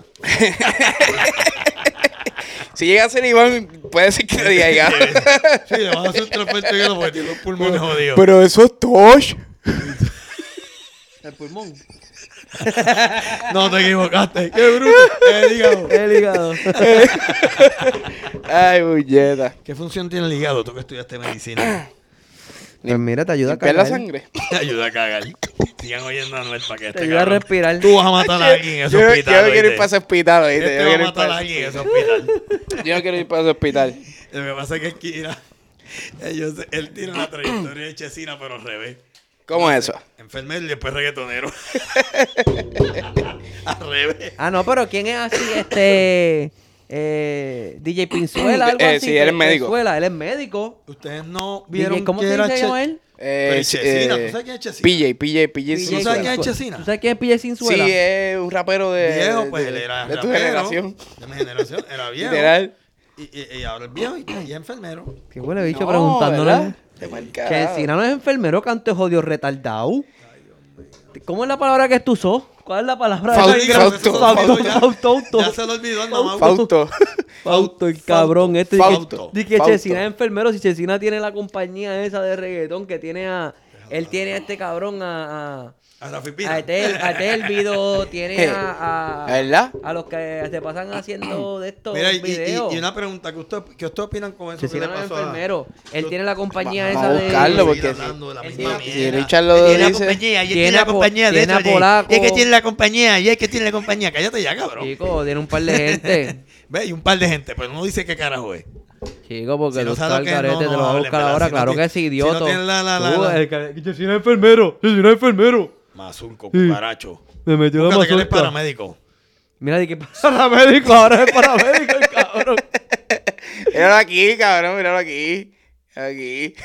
Si llega a ser Iván, puede ser que le diga hígado. Sí, le vas a hacer un trasplante de hígado porque tiene los pulmones jodidos. Pero eso es Tosh. El pulmón. No, te equivocaste. ¡Qué bruto! El hígado. El hígado. Ay, bulleta. ¿Qué función tiene el hígado? Tú que estudiaste medicina. Pues mira, te ayuda a Limpiar la cagar. sangre. Te ayuda a cagar. Sigan oyendo a Anuel para que Te este ayuda a cabrón. respirar. Tú vas a matar a alguien en ese Yo hospital. no quiero ir ¿oíste? para ese hospital, ¿oíste? Este Yo va a quiero ir matar a para- alguien en ese hospital. Yo no quiero ir para ese hospital. Lo que pasa es que aquí, mira, él tiene una trayectoria de Chesina, pero al revés. ¿Cómo es eso? Enfermero y después reggaetonero. Al revés. Ah, no, pero ¿quién es así? DJ Pinzuela, algo así. sí, él es médico. Pinzuela, él es médico. Ustedes no DJ, vieron ¿cómo que se era dice llama él? Pero Chesina, ¿tú sabes quién es Chesina? PJ. ¿Tú sabes quién es Chesina? ¿Tú sabes quién es PJ Sí, Cinzuela? es un rapero de... Viejo, pues él era de tu rapero, generación. De mi generación, era viejo. Literal. Y ahora es viejo y es enfermero. Qué huele bicho No, preguntándole. ¿verdad? Qué mal carajo. Chesina no es enfermero, canto jodido retardado. ¿Cómo es la palabra que tú usó? ¿Cuál es la palabra? Fausto. Ya se lo olvidó el mamá. Fausto. Fausto, el cabrón este. Fausto. Dice que Fausto. Chesina es enfermero. Si Chesina tiene la compañía esa de reggaetón que tiene a... Él tiene a este cabrón a Rafi Pina. Telvido, tiene a ¿Verdad? a los que se pasan haciendo de estos Mira, videos. y una pregunta, ¿qué ustedes opinan con eso que Chesina le no es pasó a... enfermero. Él tiene la compañía Vamos esa a de... buscarlo, porque Seguir si- hablando de la él misma tiene- Si mierda. Richard lo Tiene la dice... compañía, y él tiene tiene la a Po- compañía de tiene a eso, y Polaco. es que tiene la compañía, y es que tiene la compañía. Cállate ya, cabrón. Chico, tiene un par de gente. Ve, y un par de gente, pero no dice qué carajo es. Chico, porque Si no tú sabes estás lo que es, carete, no, te lo no vas a hables, buscar ¿verdad? ahora. Si no Claro tiene- que sí, si no idioto. tiene la- Tú, el que- Chesina es enfermero. Chesina es enfermero. Mazunco, cucaracho. Me metió la Búscate que él es mazorca. paramédico. Mira, de que paramédico, ahora es paramédico el cabrón. Míralo aquí, cabrón, míralo aquí. Aquí.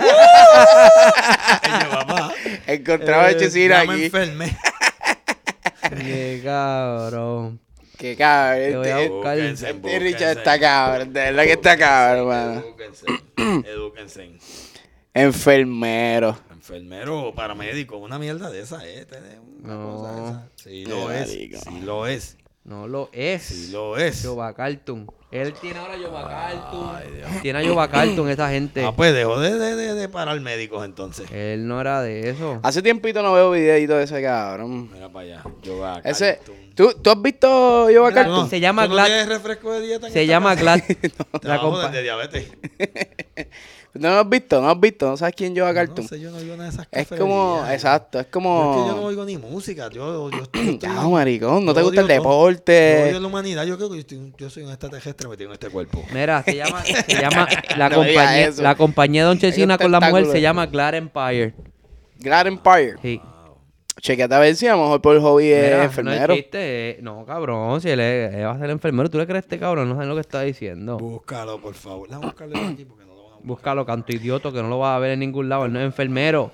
Ay, yo, papá. Encontraba a Chesina Ya me aquí. enfermé. Qué cabrón. Qué cabrón. Te voy a Este- buscar. Este Richard está cabrón. De verdad que está cabrón, mano. Edúquense. Enfermero. Enfermero o paramédico, una mierda de esa, tener una No. cosa de esa. Sí Qué lo es, marico. sí lo es, No lo es. sí lo es. Yoba Cartoon. Él tiene ahora Yoba Cartoon. Tiene a Yoba Cartoon esa gente. Ah, pues dejó de parar médicos entonces. Él no era de eso. Hace tiempito no veo videitos de ese cabrón. Mira para allá, Yoga Ese, Cartoon. ¿tú has visto Yoba Mira, Cartoon? se llama ¿Tú no Glad. tienes refresco de dieta en Se esta llama casa? Glad. Te La la compa- de diabetes. ¿No lo has visto? ¿No has visto? ¿No sabes quién Yoba Cartoon? No sé, yo no oigo nada de esas Es como, cafeterías. exacto, es Es que yo no como... oigo ni música. Yo estoy... Ya, maricón, ¿no te yo gusta el odio todo. Yo deporte? odio la humanidad. Yo creo que yo soy un extraterrestre metido en este cuerpo. Mira, se llama la No digas compañía, eso. la compañía de Don Chesina con la mujer tentáculo. se llama Glad Empire. Glad Empire. Sí. Chequete a ver si a lo mejor por el hobby es Mira, enfermero. No, es chiste, no, cabrón, si él va a ser enfermero, ¿tú le crees a este cabrón? No sabes lo que está diciendo. Búscalo, por favor. Déjame buscarlo aquí porque no lo van a buscar. Búscalo, canto idioto, que no lo vas a ver en ningún lado, él no es enfermero.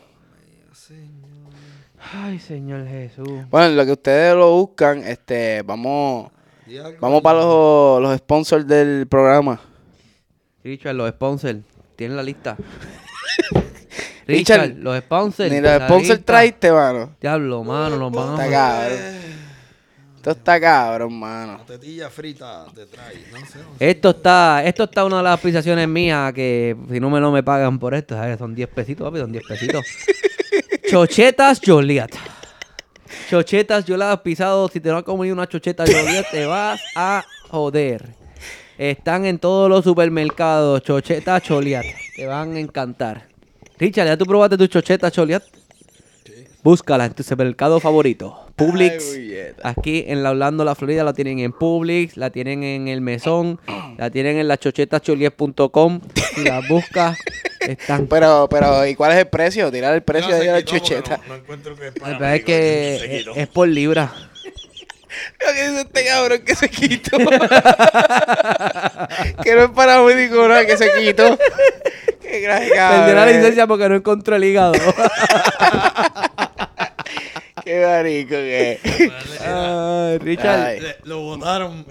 Ay, Señor Jesús. Bueno, lo que ustedes lo buscan, vamos Di algo vamos ahí. para los sponsors del programa. Richard, los sponsors, tienen la lista. Richard, Richard, los sponsors. Ni la los sponsors lista. traiste, mano. Diablo, mano, nos van Está a... cabrón. Esto está cabrón, mano. Una tetilla frita te trae. No sé. Esto está una de las aplicaciones mías que si no me pagan por esto, ¿sabes? Son 10 pesitos, papi, son 10 pesitos. Chochetas Joliet. Chochetas Joliet has pisado. Si te no has comido una chocheta Joliet, te vas a joder. Están en todos los supermercados. Chochetas Joliet. Te van a encantar. Richard, ¿ya tú probaste tu chocheta Joliet? Búscala en tu supermercado favorito. Publix. Ay, bulleta. Aquí en la Orlando, la Florida, la tienen en Publix, la tienen en El Mesón, la tienen en lachochetasjoliet.com. Si las buscas, Están. Pero, ¿y cuál es el precio? Tirar el precio No, de se la quitó porque chucheta. No encuentro que es La para verdad es amigos, se que quitó. es por libra. Lo que dice este cabrón que se quitó. Que no es paramédico, nada, que se quitó. Qué gracia, Perdió la cabrón. licencia porque no encontró el hígado. Qué marico que es. Ay, Richard. Ay. Lo votaron.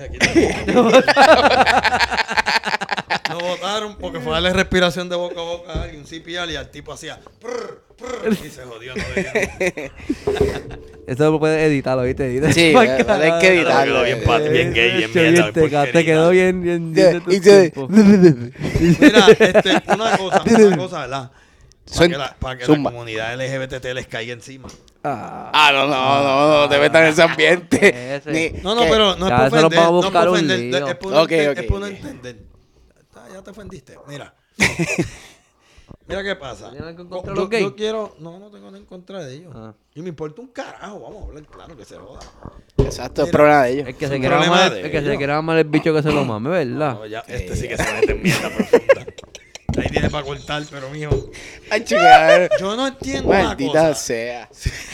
Lo votaron porque fue a darle respiración de boca a boca a alguien, un CPR, y al tipo hacía y se jodió. No debía. Eso lo puedes editarlo, ¿viste? Sí, Pa'l hay carajo. que editarlo. Bien gay, bien Che, mierda, te quedó bien de tus Y se- tiempos. Mira, una cosa, ¿verdad? Para que la Zumba. comunidad LGBT les caiga encima. Ah, No, debe estar en ese ambiente. ese. No, ¿qué? pero no es Ya, para eso nos ofender. vamos a No es buscar para un ofender. lío. Es para Ok. no entender. Ya te ofendiste. Mira. Mira qué pasa. ¿Tienes algo en contra de los Yo gays? quiero... No tengo nada en contra de ellos. Ah. Y me importa un carajo. Vamos a hablar claro que se joda. Exacto, es Mira. problema de ellos. El que Es se un quiera problema mamar, de el que se ellos. quiera mamar el bicho que se lo mame, ¿verdad? No, ya, sí que se mete en mierda profunda. Ahí tiene para cortar, pero mijo. Ay, chica, Yo no entiendo una maldita cosa. sea.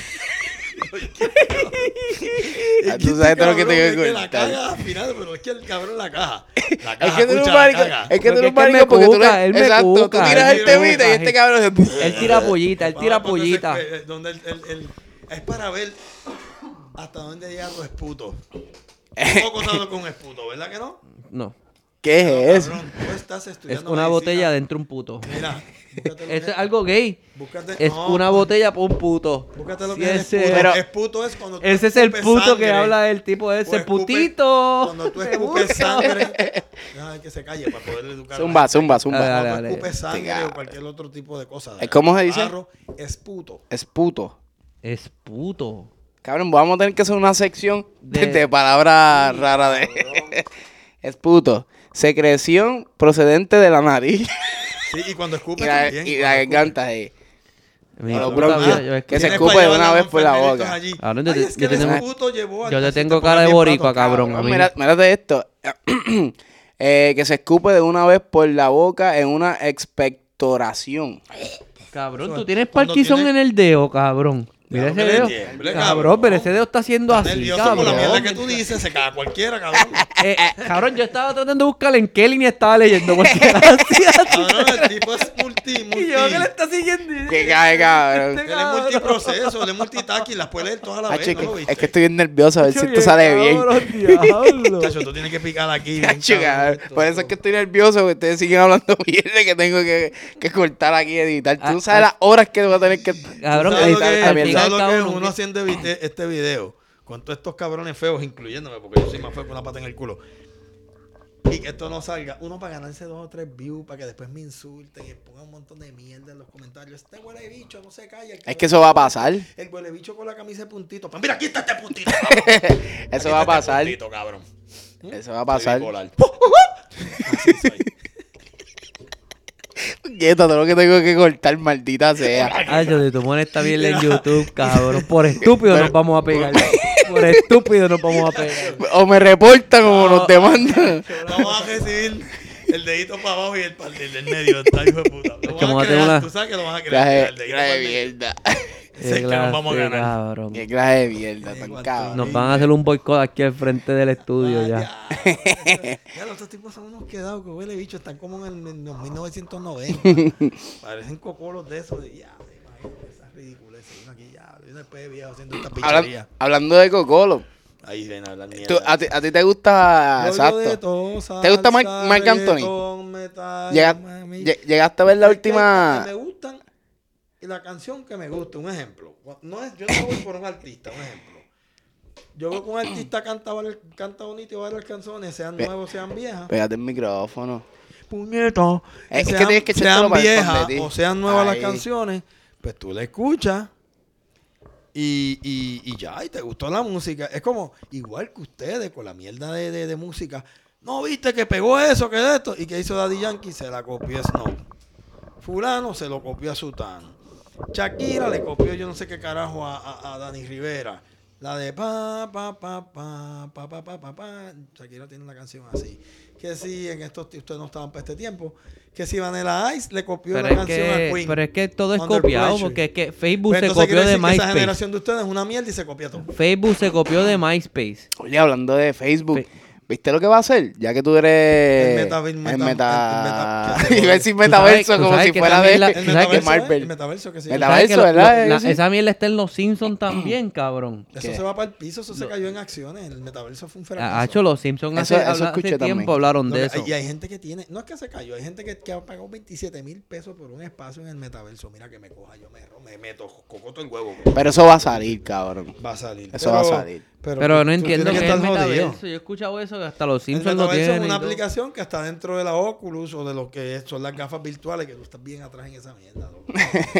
Es Tú sabes todo lo que cabrón, tengo es que la cortar. caga al final, pero es que el cabrón la caja. La Es caja, que tú eres un escucha, la marico. caga. Es que tú eres un Porque es que él marico me porque tú cuca, él eres. me Exacto, tú cuca, tiras él el me temita y cuca. este cabrón se. Él tira pollita, él tira Cuando se- pollita. donde es para ver hasta dónde llegan los esputos. Poco sabes con un esputo, ¿verdad que no? No, ¿Qué es eso? Cabrón, tú estás es estudiando una medicina. botella dentro de un puto. Mira, búscate lo Eso que- es algo gay. búscate- Es no, una botella por un puto. Búscate lo Sí, que es ese- esputo. Pero- Esputo es cuando tú Ese es el escupes puto que sangre. habla del tipo ese, O escupe- putito. Cuando tú Me escupes busca. sangre, déjame que se calle para poder educar. Zumba. Dale, Cuando dale. tú escupes sangre Cabrón. o cualquier otro tipo de cosa. ¿Cómo se dice? Barro, esputo. Es puto. Es puto. Cabrón, vamos a tener que hacer una sección de De- palabras raras de. Es puto. Secreción procedente de la nariz Sí, y cuando escupes y la, también. y cuando la escupes. garganta ahí. Mi Los puta bronquios. madre, yo Que escucho- se Tienes escupe para de llevar una a vez los por la enfermeritos boca. allí. Cabrón, Ay, es que yo ese tengo- puto llevó yo hasta le si te tengo pones cara de bien boricua, plato, cabrón. A mí- Mírate esto. Que se escupe de una vez por la boca en una expectoración. Cabrón, Eso tú tienes cuando Parkinson tienes- en el dedo, cabrón. Mira Claro ese que le dedo. tiemble, Cabrón, cabrón. pero ese dedo está haciendo así, Nervioso con la mierda cabrón. que tú dices, se caga cualquiera, cabrón. Cabrón, yo estaba tratando de buscar en qué línea estaba leyendo porque era así, así. Cabrón, el tipo es multi. Y yo que le está siguiendo. Que cae, cabrón. Él es multiproceso, él es multitasking, las puede leer todas a la vez, ¿no lo viste? Es que estoy bien nervioso a ver si esto sale bien. Diablo. Chacho, tú tienes que picar aquí. bien Chacho, cabrón, cabrón. esto, Por eso es que estoy nervioso, porque ustedes siguen hablando mierda que tengo que cortar aquí y editar. Tú sabes las horas que voy a tener que Cabrón, ¿Sabes lo editar que esta al es? mierda. ¿Sabes lo que es? cabrón, Uno haciendo este video con todos estos cabrones feos, incluyéndome, porque yo soy más feo que una pata en el culo. Y que esto no salga. Uno para ganarse 2 o 3 views, para que después me insulten y pongan un montón de mierda en los comentarios. Este huele de bicho, no se calla. Es que eso va a pasar. El huele bicho con la camisa de puntito. Pues mira, aquí está este puntito, cabrón. Eso va a pasar. Puntito, cabrón. Eso va a pasar. Soy bipolar. Así soy. Quieto, todo lo que tengo que cortar, maldita sea. Ay, yo de tu mujer está bien en YouTube, cabrón. Por estúpido nos vamos a pegar. Por estúpido nos vamos a pegar. O me reportan o nos demandan. Vamos a recibir el dedito para abajo y el del medio. Está hijo de puta. Lo que vas vamos a a tener crear, una- tú sabes que lo vas a crear. Clase El dedito clase para de el medio. mierda. Ese es que nos vamos a Qué ganar. cabrón. Qué clase de mierda, tan cabrón. Nos van a hacer un boicot aquí al frente del estudio ya. Ya los otros tipos son unos quedados que huele bicho, están como en los 1990. Parecen cocolos de esos. Ya, me imagino esas ridiculeces. Uno aquí ya, y después de viejo haciendo esta pichería. Hablando de Cocolo, Ahí ven a hablar mierda. a ti te gusta, Yo de exacto. todo, ¿Te gusta salsa, Marc Anthony? reggaetón, metal, Llega- mami. Llegaste a ver la Es que última. me gustan y la canción que me gusta, un ejemplo. No es, yo no voy por un artista, un ejemplo. Yo veo que un artista canta bonito y varias canciones, sean nuevos, sean viejas. Pégate el micrófono. Puñeto. Es que sean, tienes que sean echártelo para el viejas pan de ti. o sean nuevas Ahí. las canciones, pues tú la escuchas y ya, y te gustó la música. Es como igual que ustedes con la mierda de música. No viste que pegó eso, que de esto. Y que hizo Daddy Yankee, se la copió Snow. Fulano se lo copió a Sutano. Shakira le copió yo no sé qué carajo a Dani Rivera. La de pa, pa, pa, pa, pa, pa, pa, pa, pa. Shakira tiene una canción así. Que si en estos ustedes no estaban para este tiempo. Que si Vanilla Ice le copió la canción a Queen. Pero es que todo es Under copiado, Pressure. porque es que Facebook Pues se entonces copió quiere de decir que esa MySpace. generación de ustedes es una mierda y se copia todo. Facebook se copió de MySpace. Oye, hablando de Facebook, ¿viste lo que va a hacer? Ya que tú eres... Iba a decir metaverso tú como sabes si que fuera también de, la- de Marvel. El metaverso que sí. Meta- ¿Sabes que ¿verdad? Sí. esa mierda está en los Simpsons también, cabrón. Eso se va para el piso, eso se cayó en acciones. El metaverso fue un fracaso. Ha hecho los Simpsons Eso hace escuché tiempo también. hablaron Lo de que- eso. Y hay gente que tiene, no es que se cayó, hay gente que ha pagado 27,000 pesos por un espacio en el metaverso. Mira que me coja, yo me meto cocoto en huevo. Pero eso va a salir, cabrón. Va a salir. Eso va a salir. Pero no tú entiendo tienes que es el estar jodido. metaverso. Yo he escuchado eso, que hasta los El Simpsons lo metaverso tienen. es una y todo. aplicación que está dentro de la Oculus o de lo que son las gafas virtuales, que tú estás bien atrás en esa mierda. loco.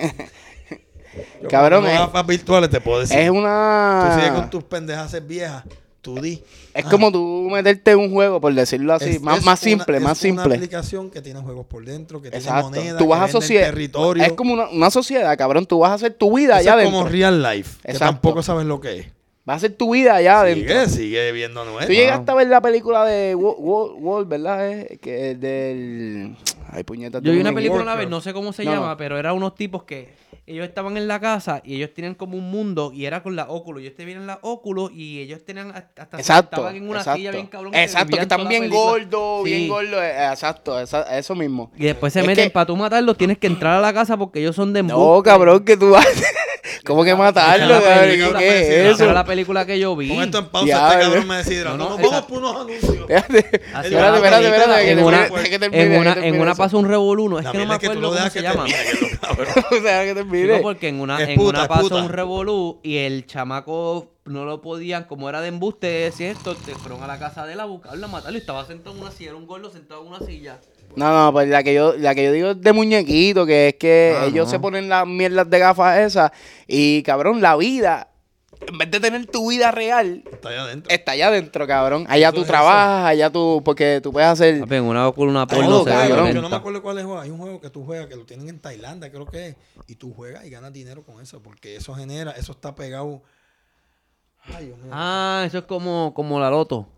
Yo Cabrón, con gafas virtuales te puedo decir. Es Tú sigues una... con tus pendejas viejas. Tú di. Es como tú meterte en un juego, por decirlo así. Es Más simple, una, más es una simple. aplicación que tiene juegos por dentro, que Exacto. tiene moneda, Tú vas que a vende asociar. territorio. Es como una sociedad, cabrón. Tú vas a hacer tu vida Eso allá es adentro. como real life, que Exacto. tampoco sabes lo que es. Vas a hacer tu vida allá adentro. Sigue viendo nuevo. Tú llegaste a ver la película de Wall, ¿verdad? Que es del... Ay, puñeta. Yo vi una Warcraft. película una vez, no sé cómo se No, llama, no. pero eran unos tipos que ellos estaban en la casa y ellos tenían como un mundo y era con la Oculus. Ellos te vienen la Oculus y ellos tenían hasta Exacto. estaban en una silla bien cabrón. Exacto, que están bien gordos, Sí. bien gordos. Exacto, eso mismo. Y después se Es meten, que- para tú matarlos tienes que entrar a la casa porque ellos son de No, embuste. cabrón, que tú vas... ¿Cómo que matarlo, Esa cabrón? película ¿Qué me es decía, eso? Era la película que yo vi. Pon esto en pausa, Diablo. este cabrón me deshidrata. No, no, Nos vamos esa- por unos anuncios. Espérate, Así espérate, va, espérate, película, que en te- una- deja que termine, en una eso. pasa un revolú, es que no me También es que tú acuerdo lo cómo dejas se que llama. termine, que lo cabrón. O sea, que termine. Digo, porque en una, Es en puta, una es pasó puta. un revolú y el chamaco no lo podían, como era de embuste, ¿cierto? Te fueron a la casa de él a buscarlo, a matarlo y estaba sentado en una silla, era un gordo sentado en una silla. No, pues la que yo digo es de muñequito, que es que ellos se ponen las mierdas de gafas esas y, cabrón, la vida, en vez de tener tu vida real, Está allá adentro. está allá adentro, cabrón. Allá Eso tú es trabajas, allá tú, porque tú puedes hacer... Papi, en una con una porno Todo, se ve cabrón. Yo no me violenta. acuerdo cuál es el juego. Hay un juego que tú juegas que lo tienen en Tailandia, creo que es. Y tú juegas y ganas dinero con eso. Porque eso genera, eso está pegado. Ay, Dios mío. Ah, eso es como la loto.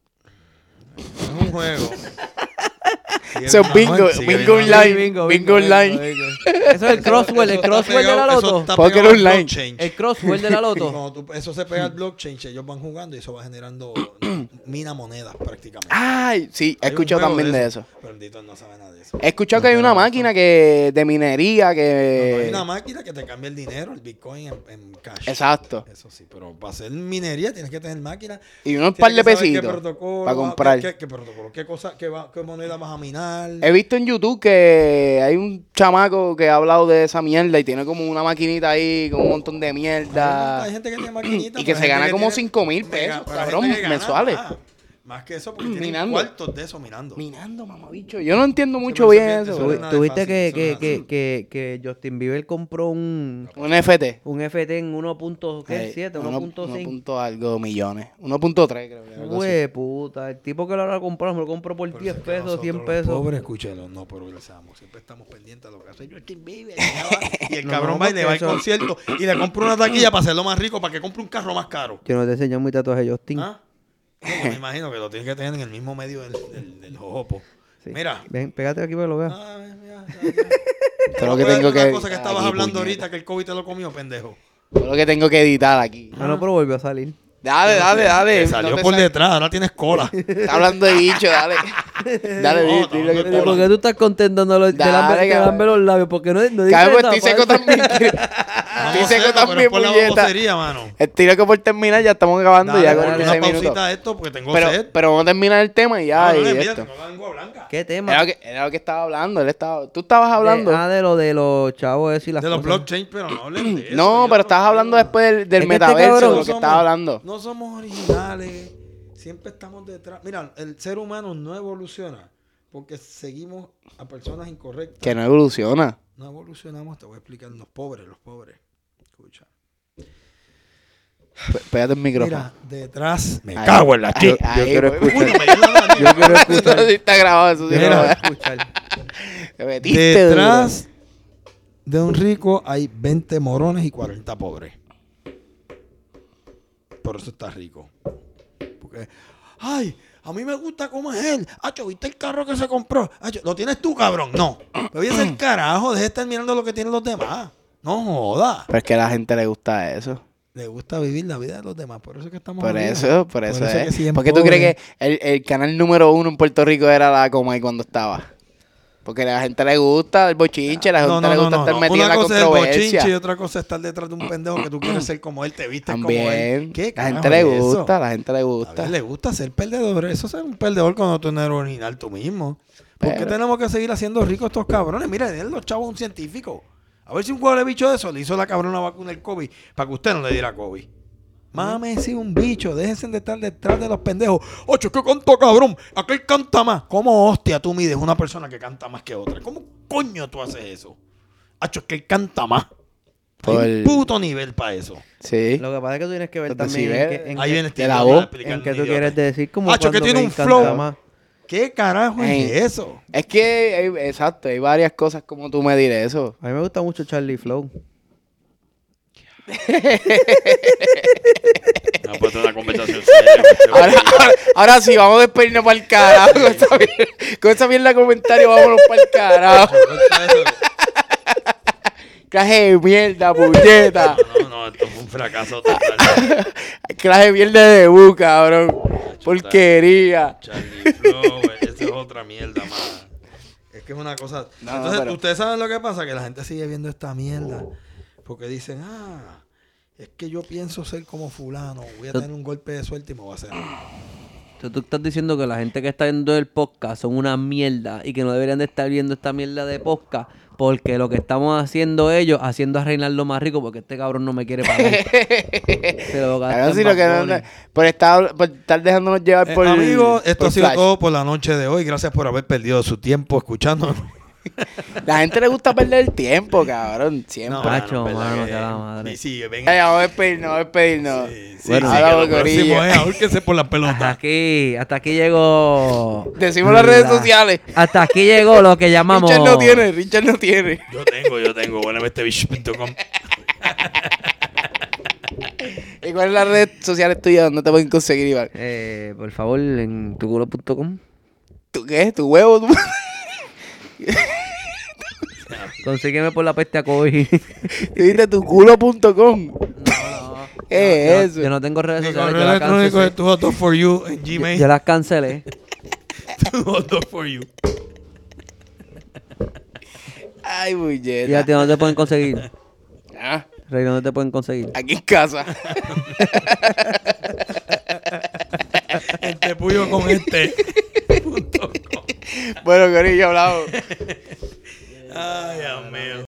Es un juego. Eso es bingo, bingo online, bingo online. Eso es el crossword, el crossword de la loto. Póker online. El crossword de la Y loto. cuando eso se pega al blockchain, ellos van jugando y eso va generando mina monedas prácticamente. Ay, sí, he Hay un escuchado juego también de eso. Pero bendito, él no sabe nada de eso. He escuchado que hay una máquina que de minería No, que... hay una máquina que te cambia el dinero, el Bitcoin en cash. Exacto. Eso sí, pero para hacer minería tienes que tener máquina. Y unos Tienes par de que saber pesitos qué protocolo para va- comprar. ¿Qué protocolo? ¿Qué cosa? ¿Qué moneda vas a minar? He visto en YouTube que hay un chamaco que ha hablado de esa mierda y tiene como una maquinita ahí con un montón de mierda. Hay gente que tiene maquinitas. Y que pero se hay gana gente que como tiene 5,000 mega- pesos, pero hay cabrón, gente que gana mensuales. Más que eso, porque tienen Minando. cuartos de eso minando. Minando, mamabicho. Yo no entiendo mucho pero eso bien es bien- eso. eso es nada ¿Tuviste fácil, eso no es así. que Justin Bieber compró un NFT. FT en 1.7, 1.5? 1 algo millones. 1.3 creo que. algo así. Güey, puta. El tipo que lo habrá comprado, me lo compró por Pero 10 eso es que pesos, nosotros, 100 los pesos. pobres, escúchelo, no progresamos. Siempre estamos pendientes de lo que hace Justin Bieber. Y el No, cabrón no, va y le va al porque eso- concierto y le compra una taquilla para hacerlo más rico, para que compre un carro más caro. Yo no te enseño mi tatuaje, Justin. ¿Ah? No, yo me imagino que lo tienes que tener en el mismo medio del jojopo. Sí. Mira. Ven, pégate aquí para que lo veas. Mira. Creo que ¿Puedes tengo decir que. una cosa que estabas aquí, hablando puñeta. ahorita que el COVID te lo comió, pendejo. Creo que tengo que editar aquí. No, pero volvió a salir. Dale. Te salió no te por sa- detrás, ahora tienes cola. Está hablando de bicho, dale. Dale, No, di lo que estamos te ¿Por qué tú estás contentando los Dale, cabrón. los labios? Porque no dices Cabrón, esa estoy seco parte? también. No Estoy sé, seco pero también, es por la puñeta. babosería, mano. Estoy loco por terminar, ya estamos acabando Dale, ya ponle con una 16 minutos. pausita a esto porque tengo sed. Pero vamos a terminar el tema y ya. No, y mira, esto. tengo la lengua blanca. ¿Qué tema? Era lo que estaba hablando. Tú estabas hablando. De los chavos eso y las De los cosas. blockchain, pero no hablen de eso. No, yo pero estabas hablando después del Es que este metaverso, cabrón- lo que estaba hablando. No somos originales. Siempre estamos detrás. Mira, el ser humano no evoluciona porque seguimos a personas incorrectas. Que no evoluciona. No evolucionamos, te voy a explicar. Los pobres. Escucha. Pégate el micrófono. Mira, detrás. Me Ahí. cago en la Ahí, chica. ahí, Yo quiero güey. escuchar. Uy, me dio la mano. Yo quiero escuchar. Eso sí está grabado, eso sí Yo quiero grabado. escuchar. Te metiste Detrás de un rico hay 20 morones y 40 pobres. por eso está rico. Porque, ay, a mí me gusta cómo es él. Acho, ¿viste el carro que se compró? Acho, ¿lo tienes tú, cabrón? No. Me voy a hacer carajo, deje de estar mirando lo que tienen los demás. No joda. Pero es que a la gente le gusta eso. Le gusta vivir la vida de los demás, por eso es que estamos Por jodidos. eso que es. siguen ¿Por qué tú pobres. crees que el canal número 1 en Puerto Rico era la Comay cuando estaba? Porque a la gente le gusta el bochinche, a la gente le gusta estar metida en la Una cosa es el bochinche y controversia. otra cosa es estar detrás de un pendejo que tú quieres ser como él, te viste como También. él. ¿Qué La carajo gente le es eso? gusta, la gente le A gusta. ver, le gusta ser perdedor. Eso es ser un perdedor cuando tú no eres original tú mismo. ¿Por qué Pero- tenemos que seguir haciendo ricos estos cabrones? Mira, denle los chavos a un científico. A ver si un huele bicho de eso le hizo la cabrona vacuna el COVID para que usted no le diera COVID. Mames, si un bicho, déjense de estar detrás de los pendejos. Ocho, ¿qué canta cabrón? Aquel canta más. ¿Cómo hostia tú mides una persona que canta más que otra? ¿Cómo coño tú haces eso? Hacho, es que él canta más. Hay Por- un puto nivel para eso. Sí. Lo que pasa es que tú tienes que ver Los también decibeles. Ahí viene de la Steve voz. Jobs a explicar en qué un tú idiota. quieres decir. Como Hacho, que cuando tiene un canta flow. más. ¿Qué carajo es Ey. eso? Es que, exacto, hay varias cosas como tú medir eso. A mí me gusta mucho Charlie Flow. Me ha puesto una conversación seria. Ahora sí, vamos a despedirnos para el carajo. Con esa mierda de comentario, vámonos para el carajo. Clase de mierda, puñeta. No, esto fue un fracaso total. Clase de mierda de debut, cabrón. Porquería. Charlie Flow, esa es otra mierda más. Es que es una cosa. No, Entonces, pero- ustedes saben lo que pasa, que la gente sigue viendo esta mierda. Porque dicen, es que yo pienso ser como fulano, voy a tener un golpe de suerte y me voy a hacer. Entonces, tú estás diciendo que la gente que está viendo el podcast son una mierda y que no deberían de estar viendo esta mierda de podcast porque lo que estamos haciendo ellos, haciendo a Reinaldo más rico porque este cabrón no me quiere pagar. Se lo gasta Claro, en sí, lo que Bad no- Bunny. por estar dejándonos llevar por Amigos, esto por ha sido Flash. todo por la noche de hoy. Gracias por haber perdido su tiempo escuchándonos. La gente le gusta perder el tiempo, cabrón. Siempre. Macho, ¿verdad mano, que- ya la madre. Y sí, ven. Ay, vamos a despedirnos. Bueno, ahora que lo Bocorillo. próximo es ahórquese por la Hasta pelota. aquí llegó. Decimos las redes sociales. Hasta aquí llegó lo que llamamos. Richard no tiene. Yo tengo. buenavestebish.com. ¿Y cuáles son las redes sociales tuyas donde te pueden conseguir, Iván? Por favor, en tuculo.com. ¿Tú qué? ¿Tu huevo? Consígueme por la peste a COVID. Dijiste tuculo.com. ¿Qué es eso? Yo no tengo redes Mi sociales. correo Yo las electrónico es cancelé. tu hot dog for you en Gmail. Yo las cancelé. Tu hot dog for you. Ay, ¿Y a bulleta. ti dónde te pueden conseguir? Ah, Rey, ¿dónde te pueden conseguir? aquí en casa. El tepullo con este. Bueno, Corillo, hablamos. Ay, Dios mío.